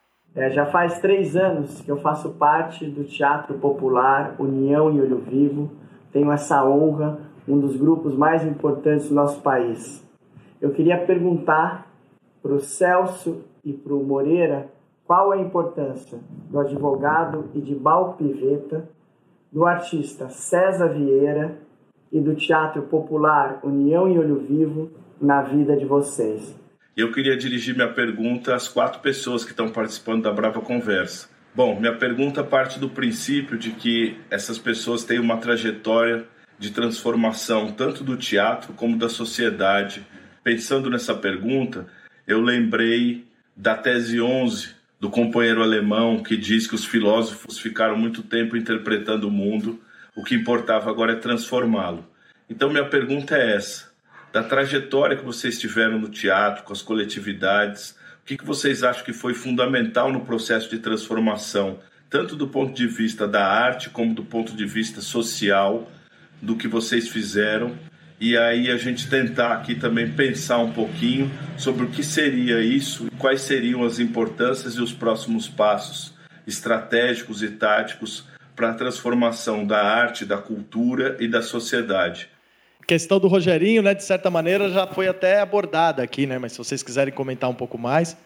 Já faz 3 anos que eu faço parte do Teatro Popular União e Olho Vivo. Tenho essa honra, um dos grupos mais importantes do nosso país. Eu queria perguntar para o Celso e para o Moreira qual a importância do advogado Idibal Pivetta, do artista César Vieira e do Teatro Popular União e Olho Vivo na vida de vocês. Eu queria dirigir minha pergunta às 4 pessoas que estão participando da Brava Conversa. Bom, minha pergunta parte do princípio de que essas pessoas têm uma trajetória de transformação tanto do teatro como da sociedade. Pensando nessa pergunta, eu lembrei da tese 11 do companheiro alemão, que diz que os filósofos ficaram muito tempo interpretando o mundo, o que importava agora é transformá-lo. Então minha pergunta é essa: da trajetória que vocês tiveram no teatro, com as coletividades, o que vocês acham que foi fundamental no processo de transformação, tanto do ponto de vista da arte, como do ponto de vista social, do que vocês fizeram? E aí a gente tentar aqui também pensar um pouquinho sobre o que seria isso, quais seriam as importâncias e os próximos passos estratégicos e táticos para a transformação da arte, da cultura e da sociedade. A questão do Rogerinho, né, de certa maneira, já foi até abordada aqui, né, mas se vocês quiserem comentar um pouco mais.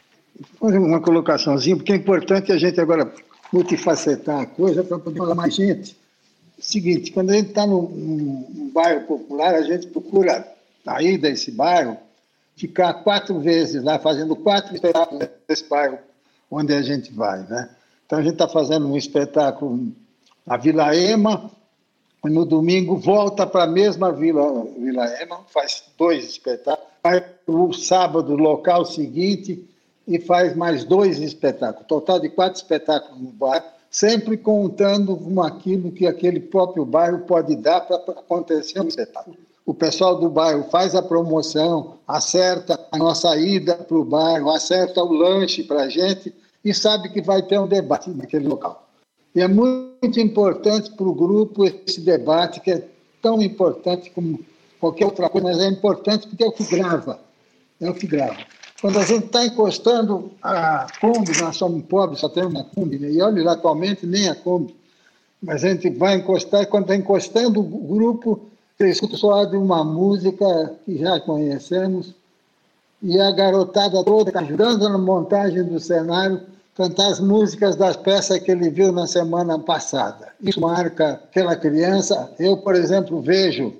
Fazer uma colocaçãozinha, porque é importante a gente agora multifacetar a coisa para poder falar mais gente. Seguinte, quando a gente está num bairro popular, a gente procura sair desse bairro, ficar 4 vezes lá, fazendo 4 espetáculos nesse bairro onde a gente vai, né? Então, a gente está fazendo um espetáculo na Vila Ema, e no domingo volta para a mesma Vila Ema, faz 2 espetáculos, vai o sábado, local seguinte, e faz mais 2 espetáculos, total de 4 espetáculos no bairro, sempre contando com aquilo que aquele próprio bairro pode dar para acontecer um espetáculo. O pessoal do bairro faz a promoção, acerta a nossa ida para o bairro, acerta o lanche para a gente e sabe que vai ter um debate naquele local. E é muito importante para o grupo esse debate, que é tão importante como qualquer outra coisa, mas é importante porque é o que grava. É o que grava. Quando a gente está encostando a Kombi, nós somos pobres, só temos uma Kombi, né? E olha lá, atualmente nem a Kombi. Mas a gente vai encostar, e quando está encostando o grupo, você escuta só de uma música que já conhecemos, e a garotada toda está ajudando na montagem do cenário, cantar as músicas das peças que ele viu na semana passada. Isso marca aquela criança. Eu, por exemplo, vejo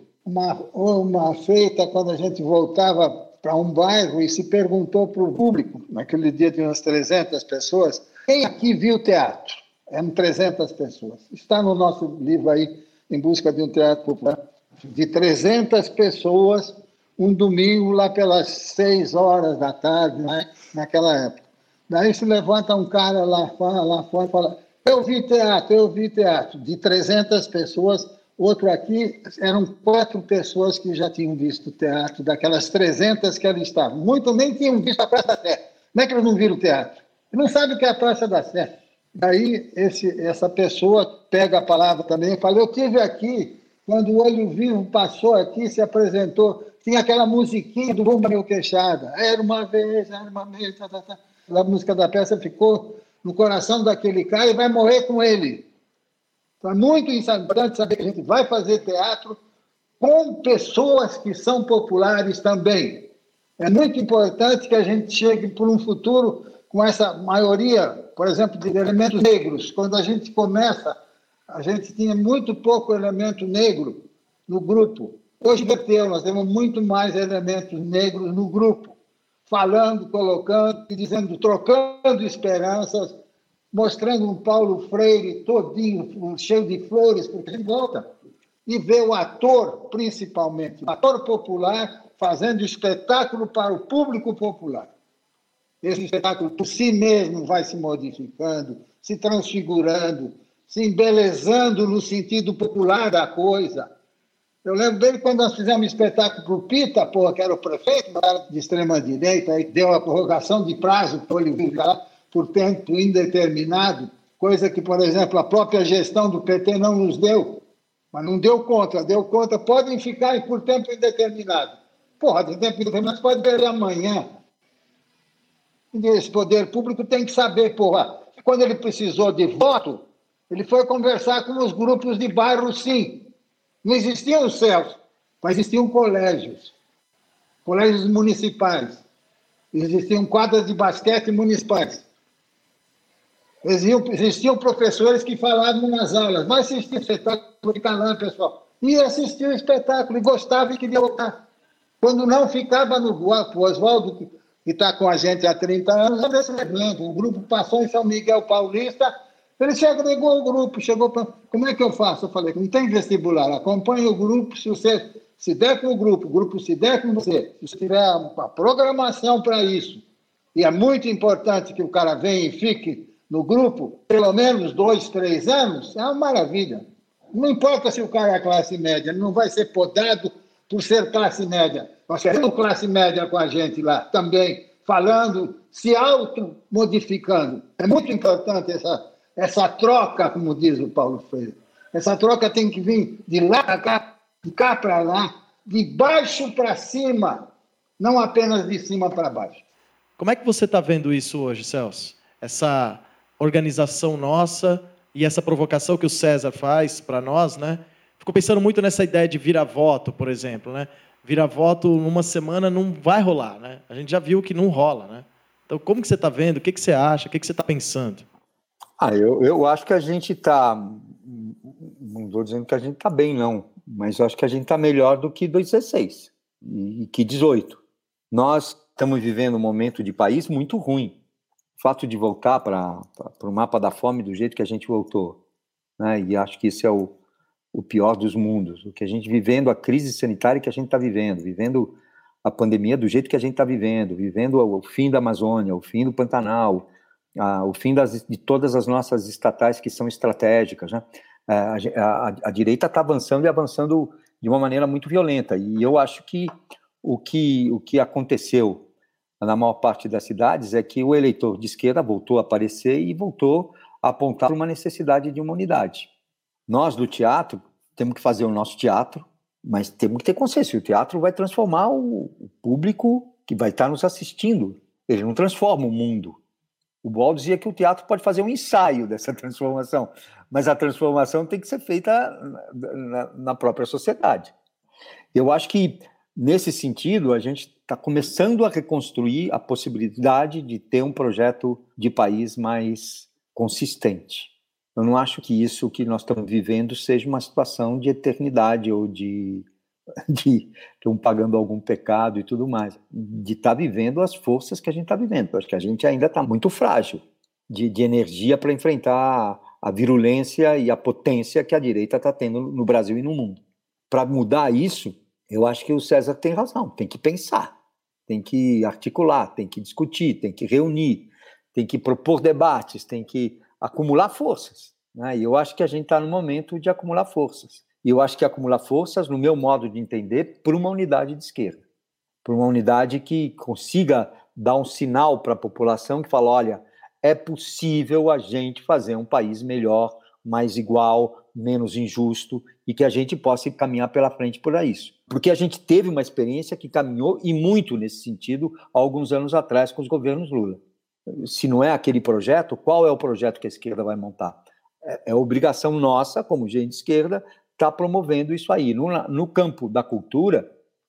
uma feita quando a gente voltava para um bairro e se perguntou para o público, naquele dia de umas 300 pessoas, quem aqui viu teatro? Eram 300 pessoas. Está no nosso livro aí, Em Busca de um Teatro Popular, de 300 pessoas, um domingo lá pelas 6 horas da tarde, né? Naquela época. Daí se levanta um cara lá fora e fala, eu vi teatro, de 300 pessoas. Outro aqui, eram 4 pessoas que já tinham visto o teatro, daquelas 300 que ali estavam. Muitos nem tinham visto a Praça da Sé. Como é que eles não viram o teatro? Eles não sabem o que é a Praça da Sé. Daí essa pessoa pega a palavra também e fala, eu estive aqui, quando o Olho Vivo passou aqui, se apresentou, tinha aquela musiquinha do Bumba Meu Queixada. Era uma vez, tá, tá, tá. A música da peça ficou no coração daquele cara e vai morrer com ele. Então é muito importante saber que a gente vai fazer teatro com pessoas que são populares também. É muito importante que a gente chegue por um futuro com essa maioria, por exemplo, de elementos negros. Quando a gente começa, a gente tinha muito pouco elemento negro no grupo. Hoje nós temos muito mais elementos negros no grupo, falando, colocando, dizendo, trocando esperanças, mostrando um Paulo Freire todinho, cheio de flores, porque a gente volta e vê o ator, principalmente, o ator popular, fazendo espetáculo para o público popular. Esse espetáculo por si mesmo vai se modificando, se transfigurando, se embelezando no sentido popular da coisa. Eu lembro dele quando nós fizemos um espetáculo para o Pita, que era o prefeito, era de extrema-direita, aí deu a prorrogação de prazo para ele ficar por tempo indeterminado, coisa que, por exemplo, a própria gestão do PT não nos deu, mas não deu conta, podem ficar por tempo indeterminado. De tempo indeterminado pode ver amanhã. Esse poder público tem que saber, quando ele precisou de voto, ele foi conversar com os grupos de bairro, sim. Não existiam os céus, mas existiam colégios municipais, existiam quadras de basquete municipais, existiam professores que falavam nas aulas, vai assistir o espetáculo de Calã, pessoal. Ia assistir o espetáculo e gostava e queria voltar. Quando não ficava no Oswaldo, que está com a gente há 30 anos, o grupo passou em São Miguel Paulista. Ele se agregou ao grupo, chegou para... Como é que eu faço? Eu falei, não tem vestibular, acompanhe o grupo, se você se der com o grupo se der com você, se você tiver uma programação para isso, e é muito importante que o cara venha e fique no grupo, pelo menos 2, 3 anos, é uma maravilha. Não importa se o cara é classe média, ele não vai ser podado por ser classe média. Nós queremos classe média com a gente lá também, falando, se auto-modificando. É muito importante essa troca, como diz o Paulo Freire. Essa troca tem que vir de lá para cá, de cá para lá, de baixo para cima, não apenas de cima para baixo. Como é que você está vendo isso hoje, Celso? Essa organização nossa e essa provocação que o César faz para nós, né? Fico pensando muito nessa ideia de vira-voto, por exemplo, né? Vira-voto numa semana não vai rolar, né? A gente já viu que não rola, né? Então, como que você está vendo? O que você acha? O que você está pensando? Eu acho que a gente está... Não estou dizendo que a gente está bem, não. Mas eu acho que a gente está melhor do que 2016 e que 2018. Nós estamos vivendo um momento de país muito ruim. O fato de voltar para o mapa da fome do jeito que a gente voltou, né? E acho que isso é o pior dos mundos. O que a gente vivendo, a crise sanitária que a gente está vivendo a pandemia do jeito que a gente está vivendo o fim da Amazônia, o fim do Pantanal, o fim de todas as nossas estatais que são estratégicas, né? A direita está avançando e avançando de uma maneira muito violenta. E eu acho que o que aconteceu na maior parte das cidades é que o eleitor de esquerda voltou a aparecer e voltou a apontar para uma necessidade de uma unidade. Nós, do teatro, temos que fazer o nosso teatro, mas temos que ter consciência. O teatro vai transformar o público que vai estar nos assistindo. Ele não transforma o mundo. O Boal dizia que o teatro pode fazer um ensaio dessa transformação, mas a transformação tem que ser feita na própria sociedade. Eu acho que, nesse sentido, a gente está começando a reconstruir a possibilidade de ter um projeto de país mais consistente. Eu não acho que isso que nós estamos vivendo seja uma situação de eternidade ou de um pagando algum pecado e tudo mais, de estar vivendo as forças que a gente está vivendo. Eu acho que a gente ainda está muito frágil de energia para enfrentar a virulência e a potência que a direita está tendo no Brasil e no mundo. Para mudar isso, eu acho que o César tem razão, tem que pensar, tem que articular, tem que discutir, tem que reunir, tem que propor debates, tem que acumular forças, né? E eu acho que a gente está no momento de acumular forças. E eu acho que acumular forças, no meu modo de entender, por uma unidade de esquerda. Por uma unidade que consiga dar um sinal para a população que fala, olha, é possível a gente fazer um país melhor, mais igual, menos injusto e que a gente possa caminhar pela frente por isso. Porque a gente teve uma experiência que caminhou e muito nesse sentido há alguns anos atrás com os governos Lula. Se não é aquele projeto, qual é o projeto que a esquerda vai montar? É obrigação nossa, como gente de esquerda, estar promovendo isso aí. No campo da cultura,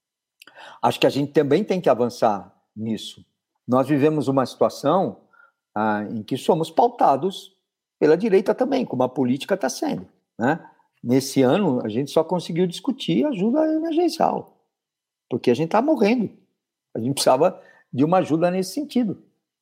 acho que a gente também tem que avançar nisso. Nós vivemos uma situação em que somos pautados pela direita também, como a política está sendo, né? Nesse ano, a gente só conseguiu discutir ajuda emergencial, porque a gente está morrendo. A gente precisava de uma ajuda nesse sentido.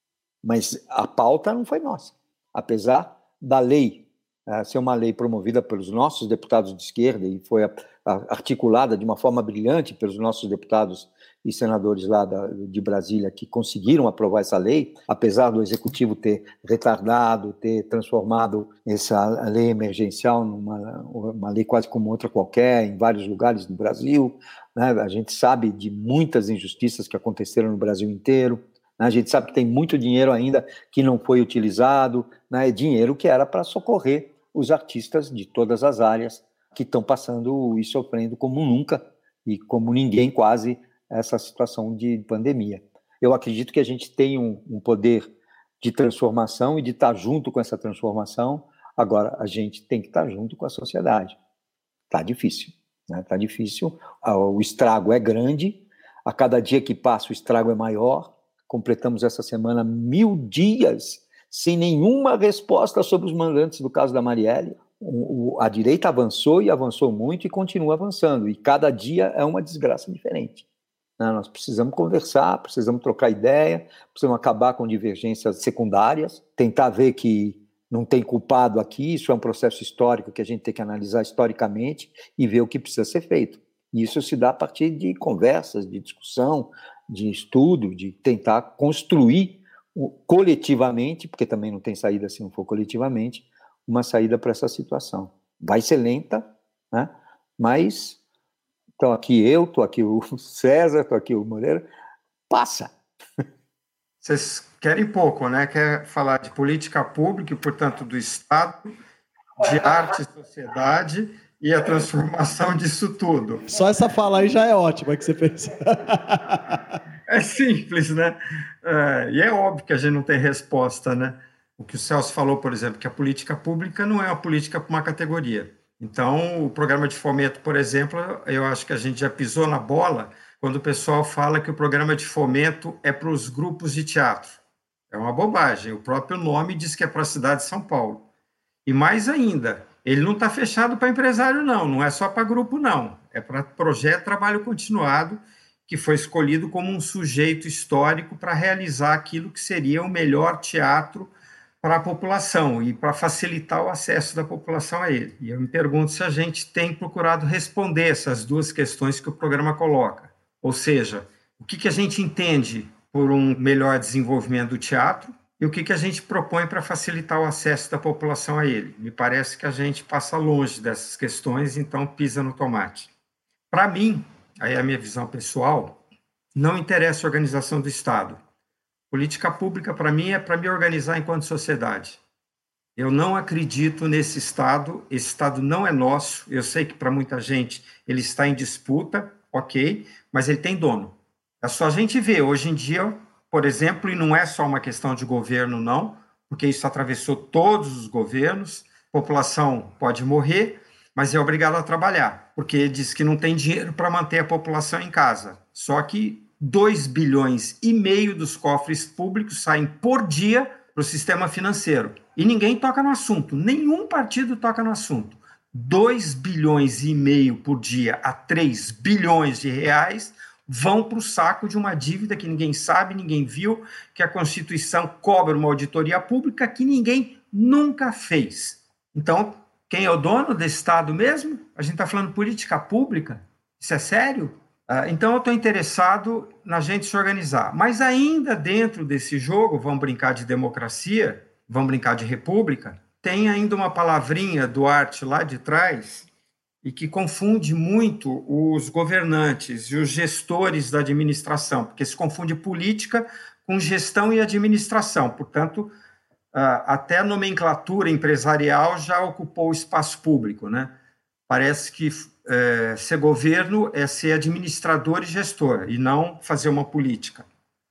Mas a pauta não foi nossa. Apesar da lei ser uma lei promovida pelos nossos deputados de esquerda e foi articulada de uma forma brilhante pelos nossos deputados e senadores lá de Brasília que conseguiram aprovar essa lei, apesar do Executivo ter retardado, ter transformado essa lei emergencial numa lei quase como outra qualquer em vários lugares do Brasil, né? A gente sabe de muitas injustiças que aconteceram no Brasil inteiro. A gente sabe que tem muito dinheiro ainda que não foi utilizado, né? Dinheiro que era para socorrer os artistas de todas as áreas que estão passando e sofrendo como nunca e como ninguém quase essa situação de pandemia. Eu acredito que a gente tem um poder de transformação e de estar junto com essa transformação. Agora, a gente tem que estar junto com a sociedade. Está difícil, né? Está difícil, o estrago é grande, a cada dia que passa o estrago é maior. Completamos essa semana 1000 dias sem nenhuma resposta sobre os mandantes do caso da Marielle. A direita avançou e avançou muito e continua avançando. E cada dia é uma desgraça diferente. Nós precisamos conversar, precisamos trocar ideia, precisamos acabar com divergências secundárias, tentar ver que não tem culpado aqui, isso é um processo histórico que a gente tem que analisar historicamente e ver o que precisa ser feito. E isso se dá a partir de conversas, de discussão, de estudo, de tentar construir coletivamente, porque também não tem saída se não for coletivamente, uma saída para essa situação. Vai ser lenta, né? Mas estou aqui eu, estou aqui o César, estou aqui o Moreira, passa. Vocês querem pouco, né? Quer falar de política pública e, portanto, do Estado, de arte e sociedade e a transformação disso tudo. Só essa fala aí já é ótima que você fez. É simples, né? E é óbvio que a gente não tem resposta, né? O que o Celso falou, por exemplo, que a política pública não é uma política para uma categoria. Então, o programa de fomento, por exemplo, eu acho que a gente já pisou na bola quando o pessoal fala que o programa de fomento é para os grupos de teatro. É uma bobagem. O próprio nome diz que é para a cidade de São Paulo. E mais ainda, ele não está fechado para empresário, não é só para grupo, não. É para projeto Trabalho Continuado, que foi escolhido como um sujeito histórico para realizar aquilo que seria o melhor teatro para a população e para facilitar o acesso da população a ele. E eu me pergunto se a gente tem procurado responder essas duas questões que o programa coloca. Ou seja, o que a gente entende por um melhor desenvolvimento do teatro e o que a gente propõe para facilitar o acesso da população a ele. Me parece que a gente passa longe dessas questões, então pisa no tomate. Para mim, aí é a minha visão pessoal, não interessa a organização do Estado. Política pública, para mim, é para me organizar enquanto sociedade. Eu não acredito nesse Estado, esse Estado não é nosso, eu sei que para muita gente ele está em disputa, ok, mas ele tem dono. É só a gente ver, hoje em dia, por exemplo, e não é só uma questão de governo, não, porque isso atravessou todos os governos, a população pode morrer, mas é obrigado a trabalhar, porque diz que não tem dinheiro para manter a população em casa. Só que 2,5 bilhões dos cofres públicos saem por dia para o sistema financeiro. E ninguém toca no assunto, nenhum partido toca no assunto. 2,5 bilhões por dia a 3 bilhões de reais vão para o saco de uma dívida que ninguém sabe, ninguém viu, que a Constituição cobra uma auditoria pública que ninguém nunca fez. Então, quem é o dono desse Estado mesmo? A gente está falando de política pública? Isso é sério? Então, eu estou interessado na gente se organizar. Mas ainda dentro desse jogo, vamos brincar de democracia, vamos brincar de república, tem ainda uma palavrinha do Arte lá de trás e que confunde muito os governantes e os gestores da administração, porque se confunde política com gestão e administração. Portanto, até a nomenclatura empresarial já ocupou o espaço público, né? Parece que ser governo é ser administrador e gestor, e não fazer uma política.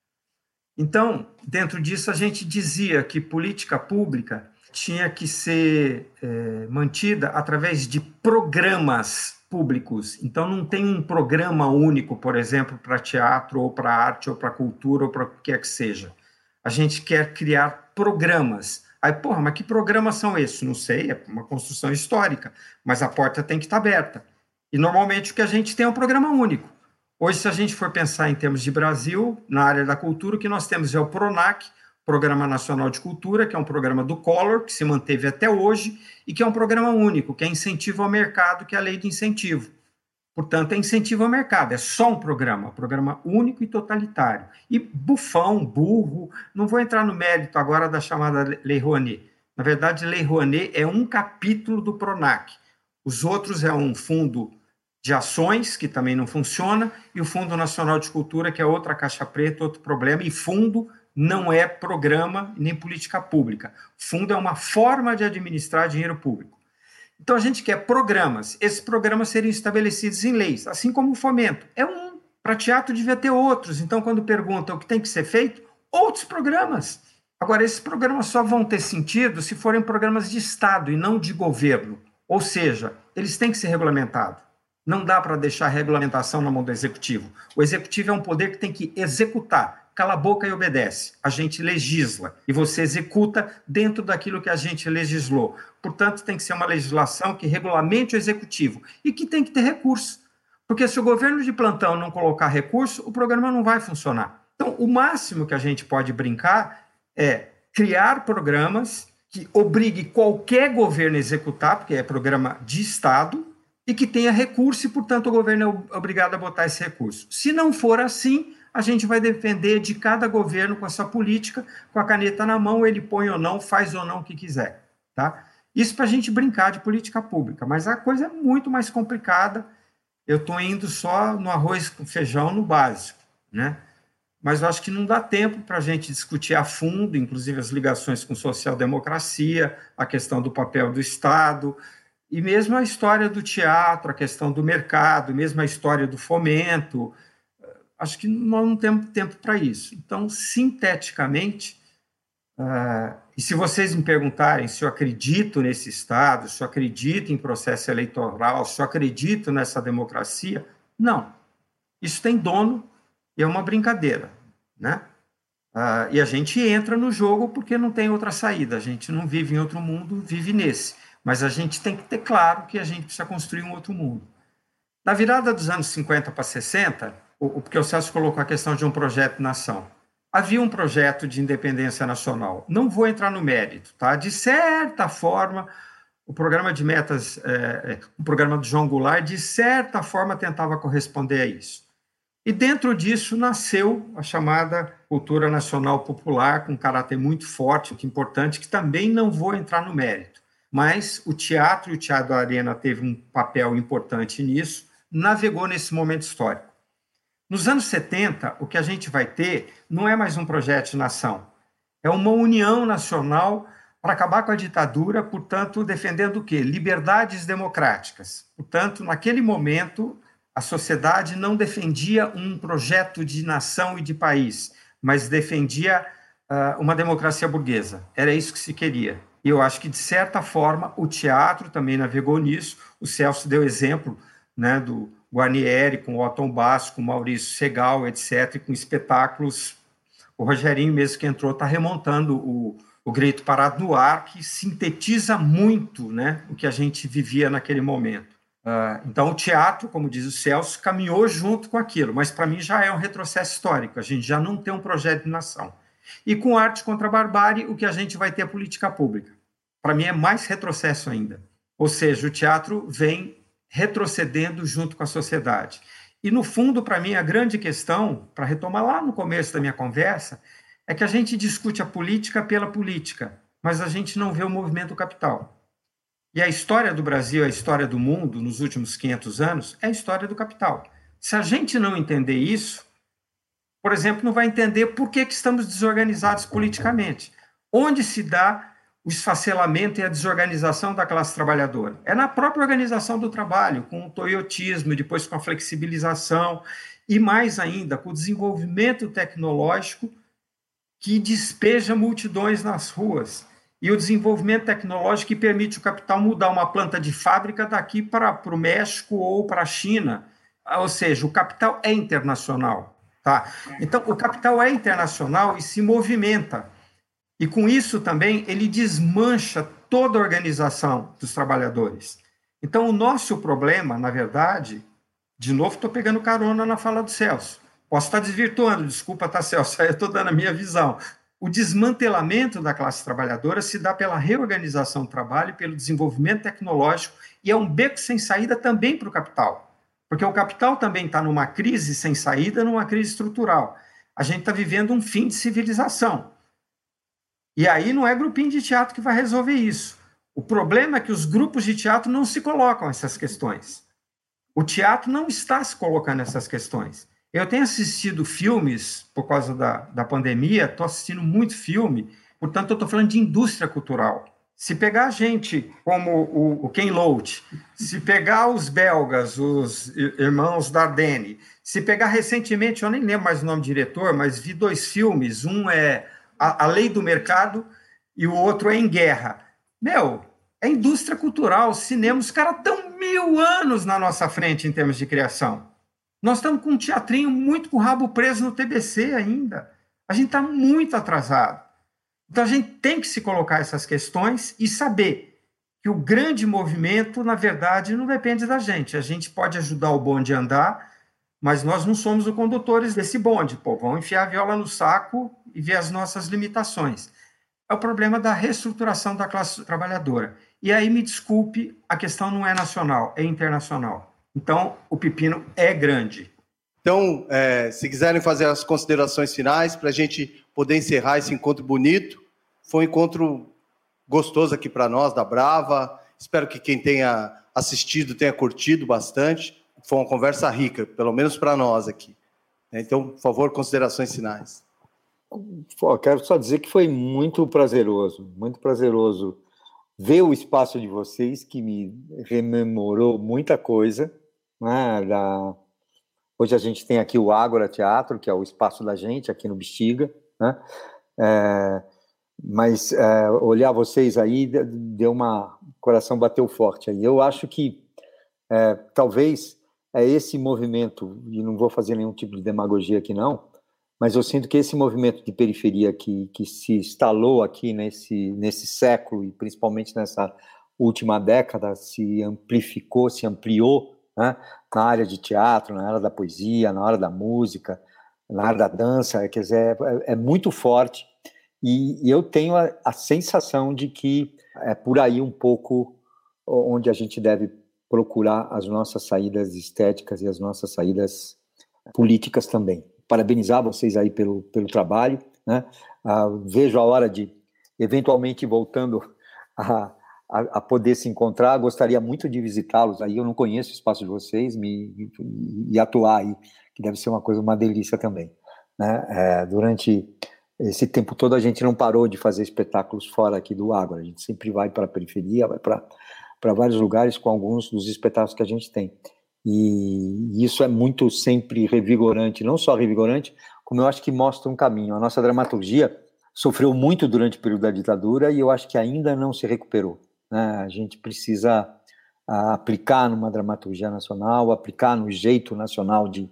Então, dentro disso, a gente dizia que política pública tinha que ser mantida através de programas públicos. Então, não tem um programa único, por exemplo, para teatro, ou para arte, ou para cultura, ou para o que quer que seja. A gente quer criar programas. Aí, mas que programas são esses? Não sei, é uma construção histórica, mas a porta tem que estar aberta. E, normalmente, o que a gente tem é um programa único. Hoje, se a gente for pensar em termos de Brasil, na área da cultura, o que nós temos é o PRONAC, Programa Nacional de Cultura, que é um programa do Collor, que se manteve até hoje, e que é um programa único, que é incentivo ao mercado, que é a lei de incentivo. Portanto, é incentivo ao mercado, é só um programa único e totalitário. E bufão, burro, não vou entrar no mérito agora da chamada Lei Rouanet. Na verdade, Lei Rouanet é um capítulo do PRONAC. Os outros é um fundo de ações, que também não funciona, e o Fundo Nacional de Cultura, que é outra caixa preta, outro problema, e fundo não é programa nem política pública. Fundo é uma forma de administrar dinheiro público. Então, a gente quer programas. Esses programas seriam estabelecidos em leis, assim como o fomento. Para teatro devia ter outros. Então, quando perguntam o que tem que ser feito, outros programas. Agora, esses programas só vão ter sentido se forem programas de Estado e não de governo. Ou seja, eles têm que ser regulamentados. Não dá para deixar a regulamentação na mão do Executivo. O Executivo é um poder que tem que executar. Cala a boca e obedece. A gente legisla e você executa dentro daquilo que a gente legislou. Portanto, tem que ser uma legislação que regulamente o Executivo e que tem que ter recurso. Porque se o governo de plantão não colocar recurso, o programa não vai funcionar. Então, o máximo que a gente pode brincar é criar programas que obrigue qualquer governo a executar, porque é programa de Estado, e que tenha recurso e, portanto, o governo é obrigado a botar esse recurso. Se não for assim, a gente vai depender de cada governo com a sua política, com a caneta na mão, ele põe ou não, faz ou não o que quiser. Tá? Isso para a gente brincar de política pública, mas a coisa é muito mais complicada. Eu estou indo só no arroz com feijão, no básico, né? Mas eu acho que não dá tempo para a gente discutir a fundo, inclusive as ligações com social-democracia, a questão do papel do Estado, e mesmo a história do teatro, a questão do mercado, mesmo a história do fomento. Acho que nós não temos tempo para isso. Então, sinteticamente, e se vocês me perguntarem se eu acredito nesse Estado, se eu acredito em processo eleitoral, se eu acredito nessa democracia, não. Isso tem dono e é uma brincadeira, né? E a gente entra no jogo porque não tem outra saída. A gente não vive em outro mundo, vive nesse. Mas a gente tem que ter claro que a gente precisa construir um outro mundo. Na virada dos anos 50 para 60, porque o Celso colocou a questão de um projeto de nação, havia um projeto de independência nacional. Não vou entrar no mérito, tá? De certa forma, o programa de metas, o programa do João Goulart, de certa forma, tentava corresponder a isso. E dentro disso nasceu a chamada cultura nacional popular, com um caráter muito forte, muito importante, que também não vou entrar no mérito. Mas o Teatro da Arena teve um papel importante nisso, navegou nesse momento histórico. Nos anos 70, o que a gente vai ter não é mais um projeto de nação, é uma união nacional para acabar com a ditadura, portanto, defendendo o quê? Liberdades democráticas. Portanto, naquele momento, a sociedade não defendia um projeto de nação e de país, mas defendia uma democracia burguesa. Era isso que se queria. E eu acho que, de certa forma, o teatro também navegou nisso. O Celso deu exemplo, né, do Guarnieri, com o Otton Basso, com o Maurício Segal, etc., com espetáculos. O Rogerinho, mesmo que entrou, está remontando o Grito Parado no Ar, que sintetiza muito, né, o que a gente vivia naquele momento. Então, o teatro, como diz o Celso, caminhou junto com aquilo, mas, para mim, já é um retrocesso histórico. A gente já não tem um projeto de nação. E com Arte contra a Barbárie, o que a gente vai ter é política pública. Para mim, é mais retrocesso ainda. Ou seja, o teatro vem retrocedendo junto com a sociedade. E, no fundo, para mim, a grande questão, para retomar lá no começo da minha conversa, é que a gente discute a política pela política, mas a gente não vê o movimento capital. E a história do Brasil, a história do mundo, nos últimos 500 anos, é a história do capital. Se a gente não entender isso, por exemplo, não vai entender por que estamos desorganizados politicamente. Onde se dá o esfacelamento e a desorganização da classe trabalhadora? É na própria organização do trabalho, com o toyotismo, depois com a flexibilização, e mais ainda, com o desenvolvimento tecnológico que despeja multidões nas ruas, e o desenvolvimento tecnológico que permite o capital mudar uma planta de fábrica daqui para o México ou para a China. Ou seja, o capital é internacional. Tá? Então, o capital é internacional e se movimenta. E com isso também ele desmancha toda a organização dos trabalhadores. Então, o nosso problema, na verdade, de novo estou pegando carona na fala do Celso. Posso estar desvirtuando, desculpa, tá, Celso? Eu estou dando a minha visão. O desmantelamento da classe trabalhadora se dá pela reorganização do trabalho, pelo desenvolvimento tecnológico, e é um beco sem saída também para o capital. Porque o capital também está numa crise sem saída, numa crise estrutural. A gente está vivendo um fim de civilização. E aí não é grupinho de teatro que vai resolver isso. O problema é que os grupos de teatro não se colocam essas questões. O teatro não está se colocando essas questões. Eu tenho assistido filmes, por causa da pandemia, estou assistindo muito filme, portanto, eu estou falando de indústria cultural. Se pegar gente como o Ken Loach, se pegar os belgas, os irmãos Dardenne, se pegar recentemente, eu nem lembro mais o nome do diretor, mas vi 2 filmes, um é A Lei do Mercado e o outro é Em Guerra. Meu, é indústria cultural, cinema, os caras estão 1000 anos na nossa frente em termos de criação. Nós estamos com um teatrinho muito com o rabo preso no TBC ainda. A gente está muito atrasado. Então, a gente tem que se colocar essas questões e saber que o grande movimento, na verdade, não depende da gente. A gente pode ajudar o bonde a andar, mas nós não somos os condutores desse bonde. Pô, vamos enfiar a viola no saco e ver as nossas limitações. É o problema da reestruturação da classe trabalhadora. E aí, me desculpe, a questão não é nacional, é internacional. Então, o pepino é grande. Então, se quiserem fazer as considerações finais, para a gente poder encerrar esse encontro bonito. Foi um encontro gostoso aqui para nós, da Brava. Espero que quem tenha assistido tenha curtido bastante. Foi uma conversa rica, pelo menos para nós aqui. Então, por favor, considerações finais. Quero só dizer que foi muito prazeroso ver o espaço de vocês, que me rememorou muita coisa, né? Hoje a gente tem aqui o Ágora Teatro, que é o espaço da gente aqui no Bexiga, né? Mas olhar vocês aí deu o coração bateu forte aí. Eu acho que talvez esse movimento, e não vou fazer nenhum tipo de demagogia aqui não, mas eu sinto que esse movimento de periferia que se instalou aqui nesse século, e principalmente nessa última década, se amplificou, se ampliou, né, na área de teatro, na área da poesia, na área da música, na área da dança, quer dizer, é muito forte, e eu tenho a sensação de que é por aí um pouco onde a gente deve procurar as nossas saídas estéticas e as nossas saídas políticas também. Parabenizar vocês aí pelo trabalho, né? Vejo a hora de, eventualmente, voltando a poder se encontrar, gostaria muito de visitá-los aí, eu não conheço o espaço de vocês, e atuar aí, que deve ser uma delícia também, né? Durante esse tempo todo a gente não parou de fazer espetáculos fora aqui do Ágora, a gente sempre vai para a periferia, vai para vários lugares com alguns dos espetáculos que a gente tem. E isso é muito sempre revigorante, não só revigorante, como eu acho que mostra um caminho. A nossa dramaturgia sofreu muito durante o período da ditadura e eu acho que ainda não se recuperou, né? A gente precisa aplicar numa dramaturgia nacional, aplicar no jeito nacional de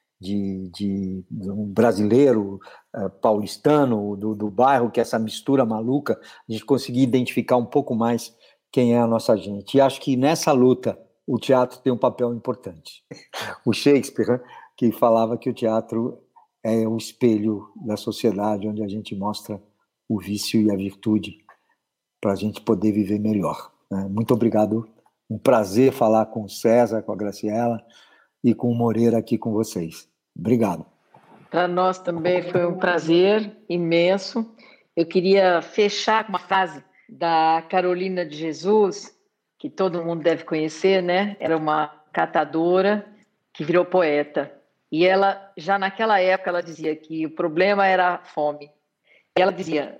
um brasileiro, paulistano, do bairro, que é essa mistura maluca, a gente conseguir identificar um pouco mais quem é a nossa gente. E acho que nessa luta o teatro tem um papel importante. O Shakespeare, que falava que o teatro é o espelho da sociedade, onde a gente mostra o vício e a virtude para a gente poder viver melhor. Muito obrigado. Um prazer falar com o César, com a Graciela e com o Moreira aqui com vocês. Obrigado. Para nós também foi um prazer imenso. Eu queria fechar com uma frase da Carolina de Jesus, que todo mundo deve conhecer, né? Era uma catadora que virou poeta. E ela, já naquela época, ela dizia que o problema era a fome. E ela dizia,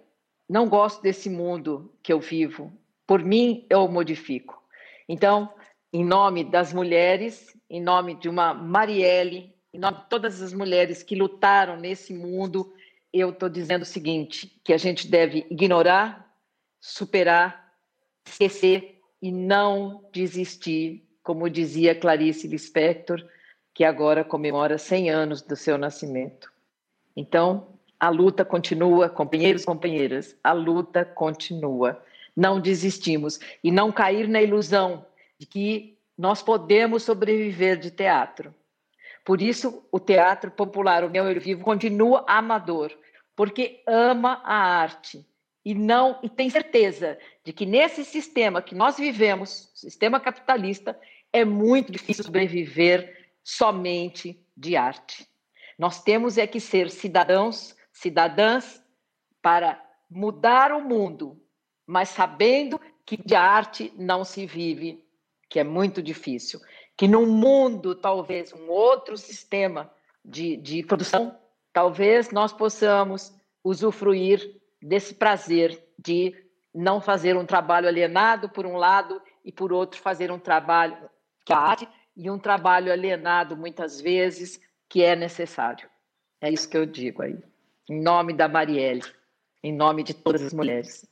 não gosto desse mundo que eu vivo. Por mim, eu o modifico. Então, em nome das mulheres, em nome de uma Marielle, em nome de todas as mulheres que lutaram nesse mundo, eu estou dizendo o seguinte, que a gente deve ignorar, superar, esquecer e não desistir, como dizia Clarice Lispector, que agora comemora 100 anos do seu nascimento. Então, a luta continua, companheiros e companheiras, a luta continua. Não desistimos e não cair na ilusão de que nós podemos sobreviver de teatro. Por isso, o Teatro Popular União e Olho Vivo continua amador, porque ama a arte e tem certeza de que nesse sistema que nós vivemos, sistema capitalista, é muito difícil sobreviver somente de arte. Nós temos que ser cidadãos, cidadãs, para mudar o mundo, mas sabendo que de arte não se vive, que é muito difícil. Que num mundo, talvez, um outro sistema de produção, talvez nós possamos usufruir desse prazer de não fazer um trabalho alienado por um lado e por outro fazer um trabalho que é a arte e um trabalho alienado, muitas vezes, que é necessário. É isso que eu digo aí. Em nome da Marielle, em nome de todas as mulheres.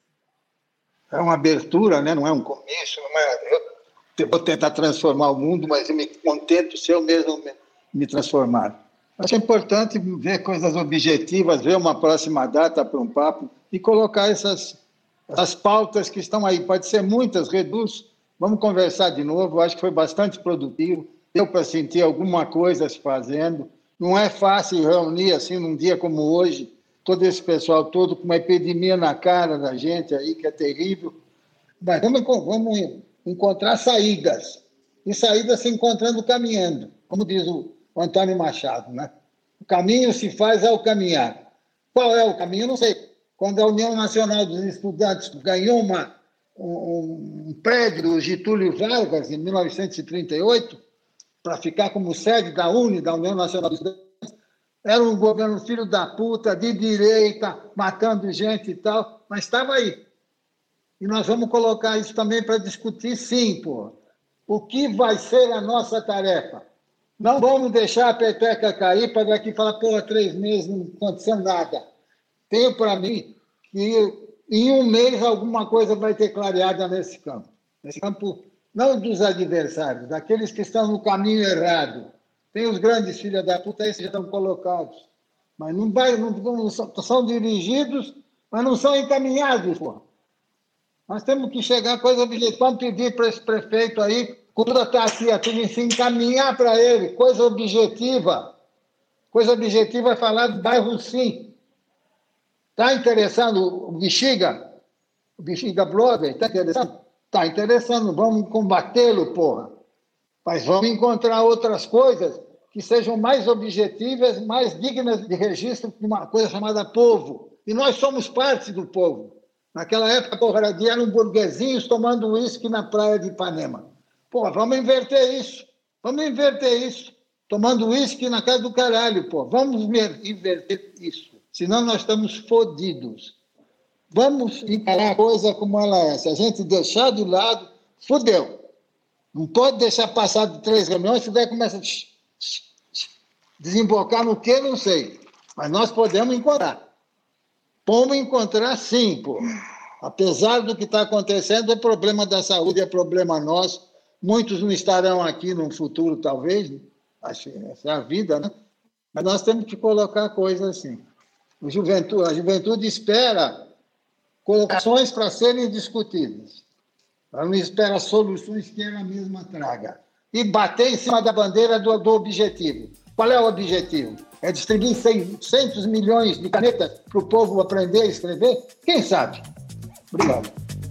É uma abertura, né? Não é um começo. Não é... Eu vou tentar transformar o mundo, mas eu me contento se eu mesmo me transformar. Acho importante ver coisas objetivas, ver uma próxima data para um papo e colocar essas pautas que estão aí. Pode ser muitas, reduz. Vamos conversar de novo. Acho que foi bastante produtivo. Deu para sentir alguma coisa se fazendo. Não é fácil reunir assim num dia como hoje, todo esse pessoal todo com uma epidemia na cara da gente aí, que é terrível. Mas vamos encontrar saídas. E saídas se encontrando caminhando, como diz o Antônio Machado, né? O caminho se faz ao caminhar. Qual é o caminho? Não sei. Quando a União Nacional dos Estudantes ganhou um prédio do Getúlio Vargas, em 1938, para ficar como sede da UNE, da União Nacional dos Estudantes, era um governo filho da puta, de direita, matando gente e tal, mas estava aí. E nós vamos colocar isso também para discutir, sim, pô. O que vai ser a nossa tarefa? Não vamos deixar a peteca cair para daqui falar, pô, 3 meses não aconteceu nada. Tenho para mim que em 1 mês alguma coisa vai ter clareada nesse campo. Nesse campo, não dos adversários, daqueles que estão no caminho errado. Tem os grandes filhos da puta, esses já estão colocados. Mas não são dirigidos, mas não são encaminhados, pô. Nós temos que chegar a coisa objetiva. Vamos pedir para esse prefeito aí, quando está aqui, a turma se encaminhar para ele, coisa objetiva. Coisa objetiva é falar do bairro sim. Está interessando o Bexiga? O Bexiga Blogger? Está interessando? Está interessando. Vamos combatê-lo, porra. Mas vamos encontrar outras coisas que sejam mais objetivas, mais dignas de registro de uma coisa chamada povo. E nós somos parte do povo. Naquela época, porradia, eram burguesinhos tomando uísque na praia de Ipanema. Pô, vamos inverter isso. Vamos inverter isso. Tomando uísque na casa do caralho, pô. Vamos inverter isso. Senão nós estamos fodidos. Vamos encarar a coisa como ela é. Se a gente deixar de lado, fodeu. Não pode deixar passar de 3 reuniões, se der começa a desembocar no quê, não sei. Mas nós podemos encontrar. Vamos encontrar sim, pô. Apesar do que está acontecendo, o problema da saúde é problema nosso. Muitos não estarão aqui no futuro, talvez. Acho que essa é a vida, né? Mas nós temos que colocar coisas assim. A juventude espera colocações para serem discutidas. Ela não espera soluções que ela mesma traga. E bater em cima da bandeira do objetivo. Qual é o objetivo? É distribuir 600 milhões de canetas para o povo aprender a escrever? Quem sabe? Obrigado.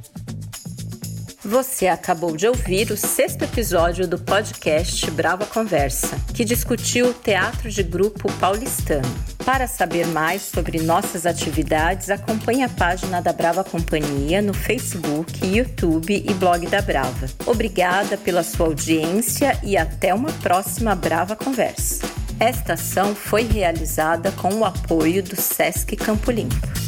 Você acabou de ouvir o 6º episódio do podcast Brava Conversa, que discutiu o teatro de grupo paulistano. Para saber mais sobre nossas atividades, acompanhe a página da Brava Companhia no Facebook, YouTube e blog da Brava. Obrigada pela sua audiência e até uma próxima Brava Conversa. Esta ação foi realizada com o apoio do Sesc Campo Limpo.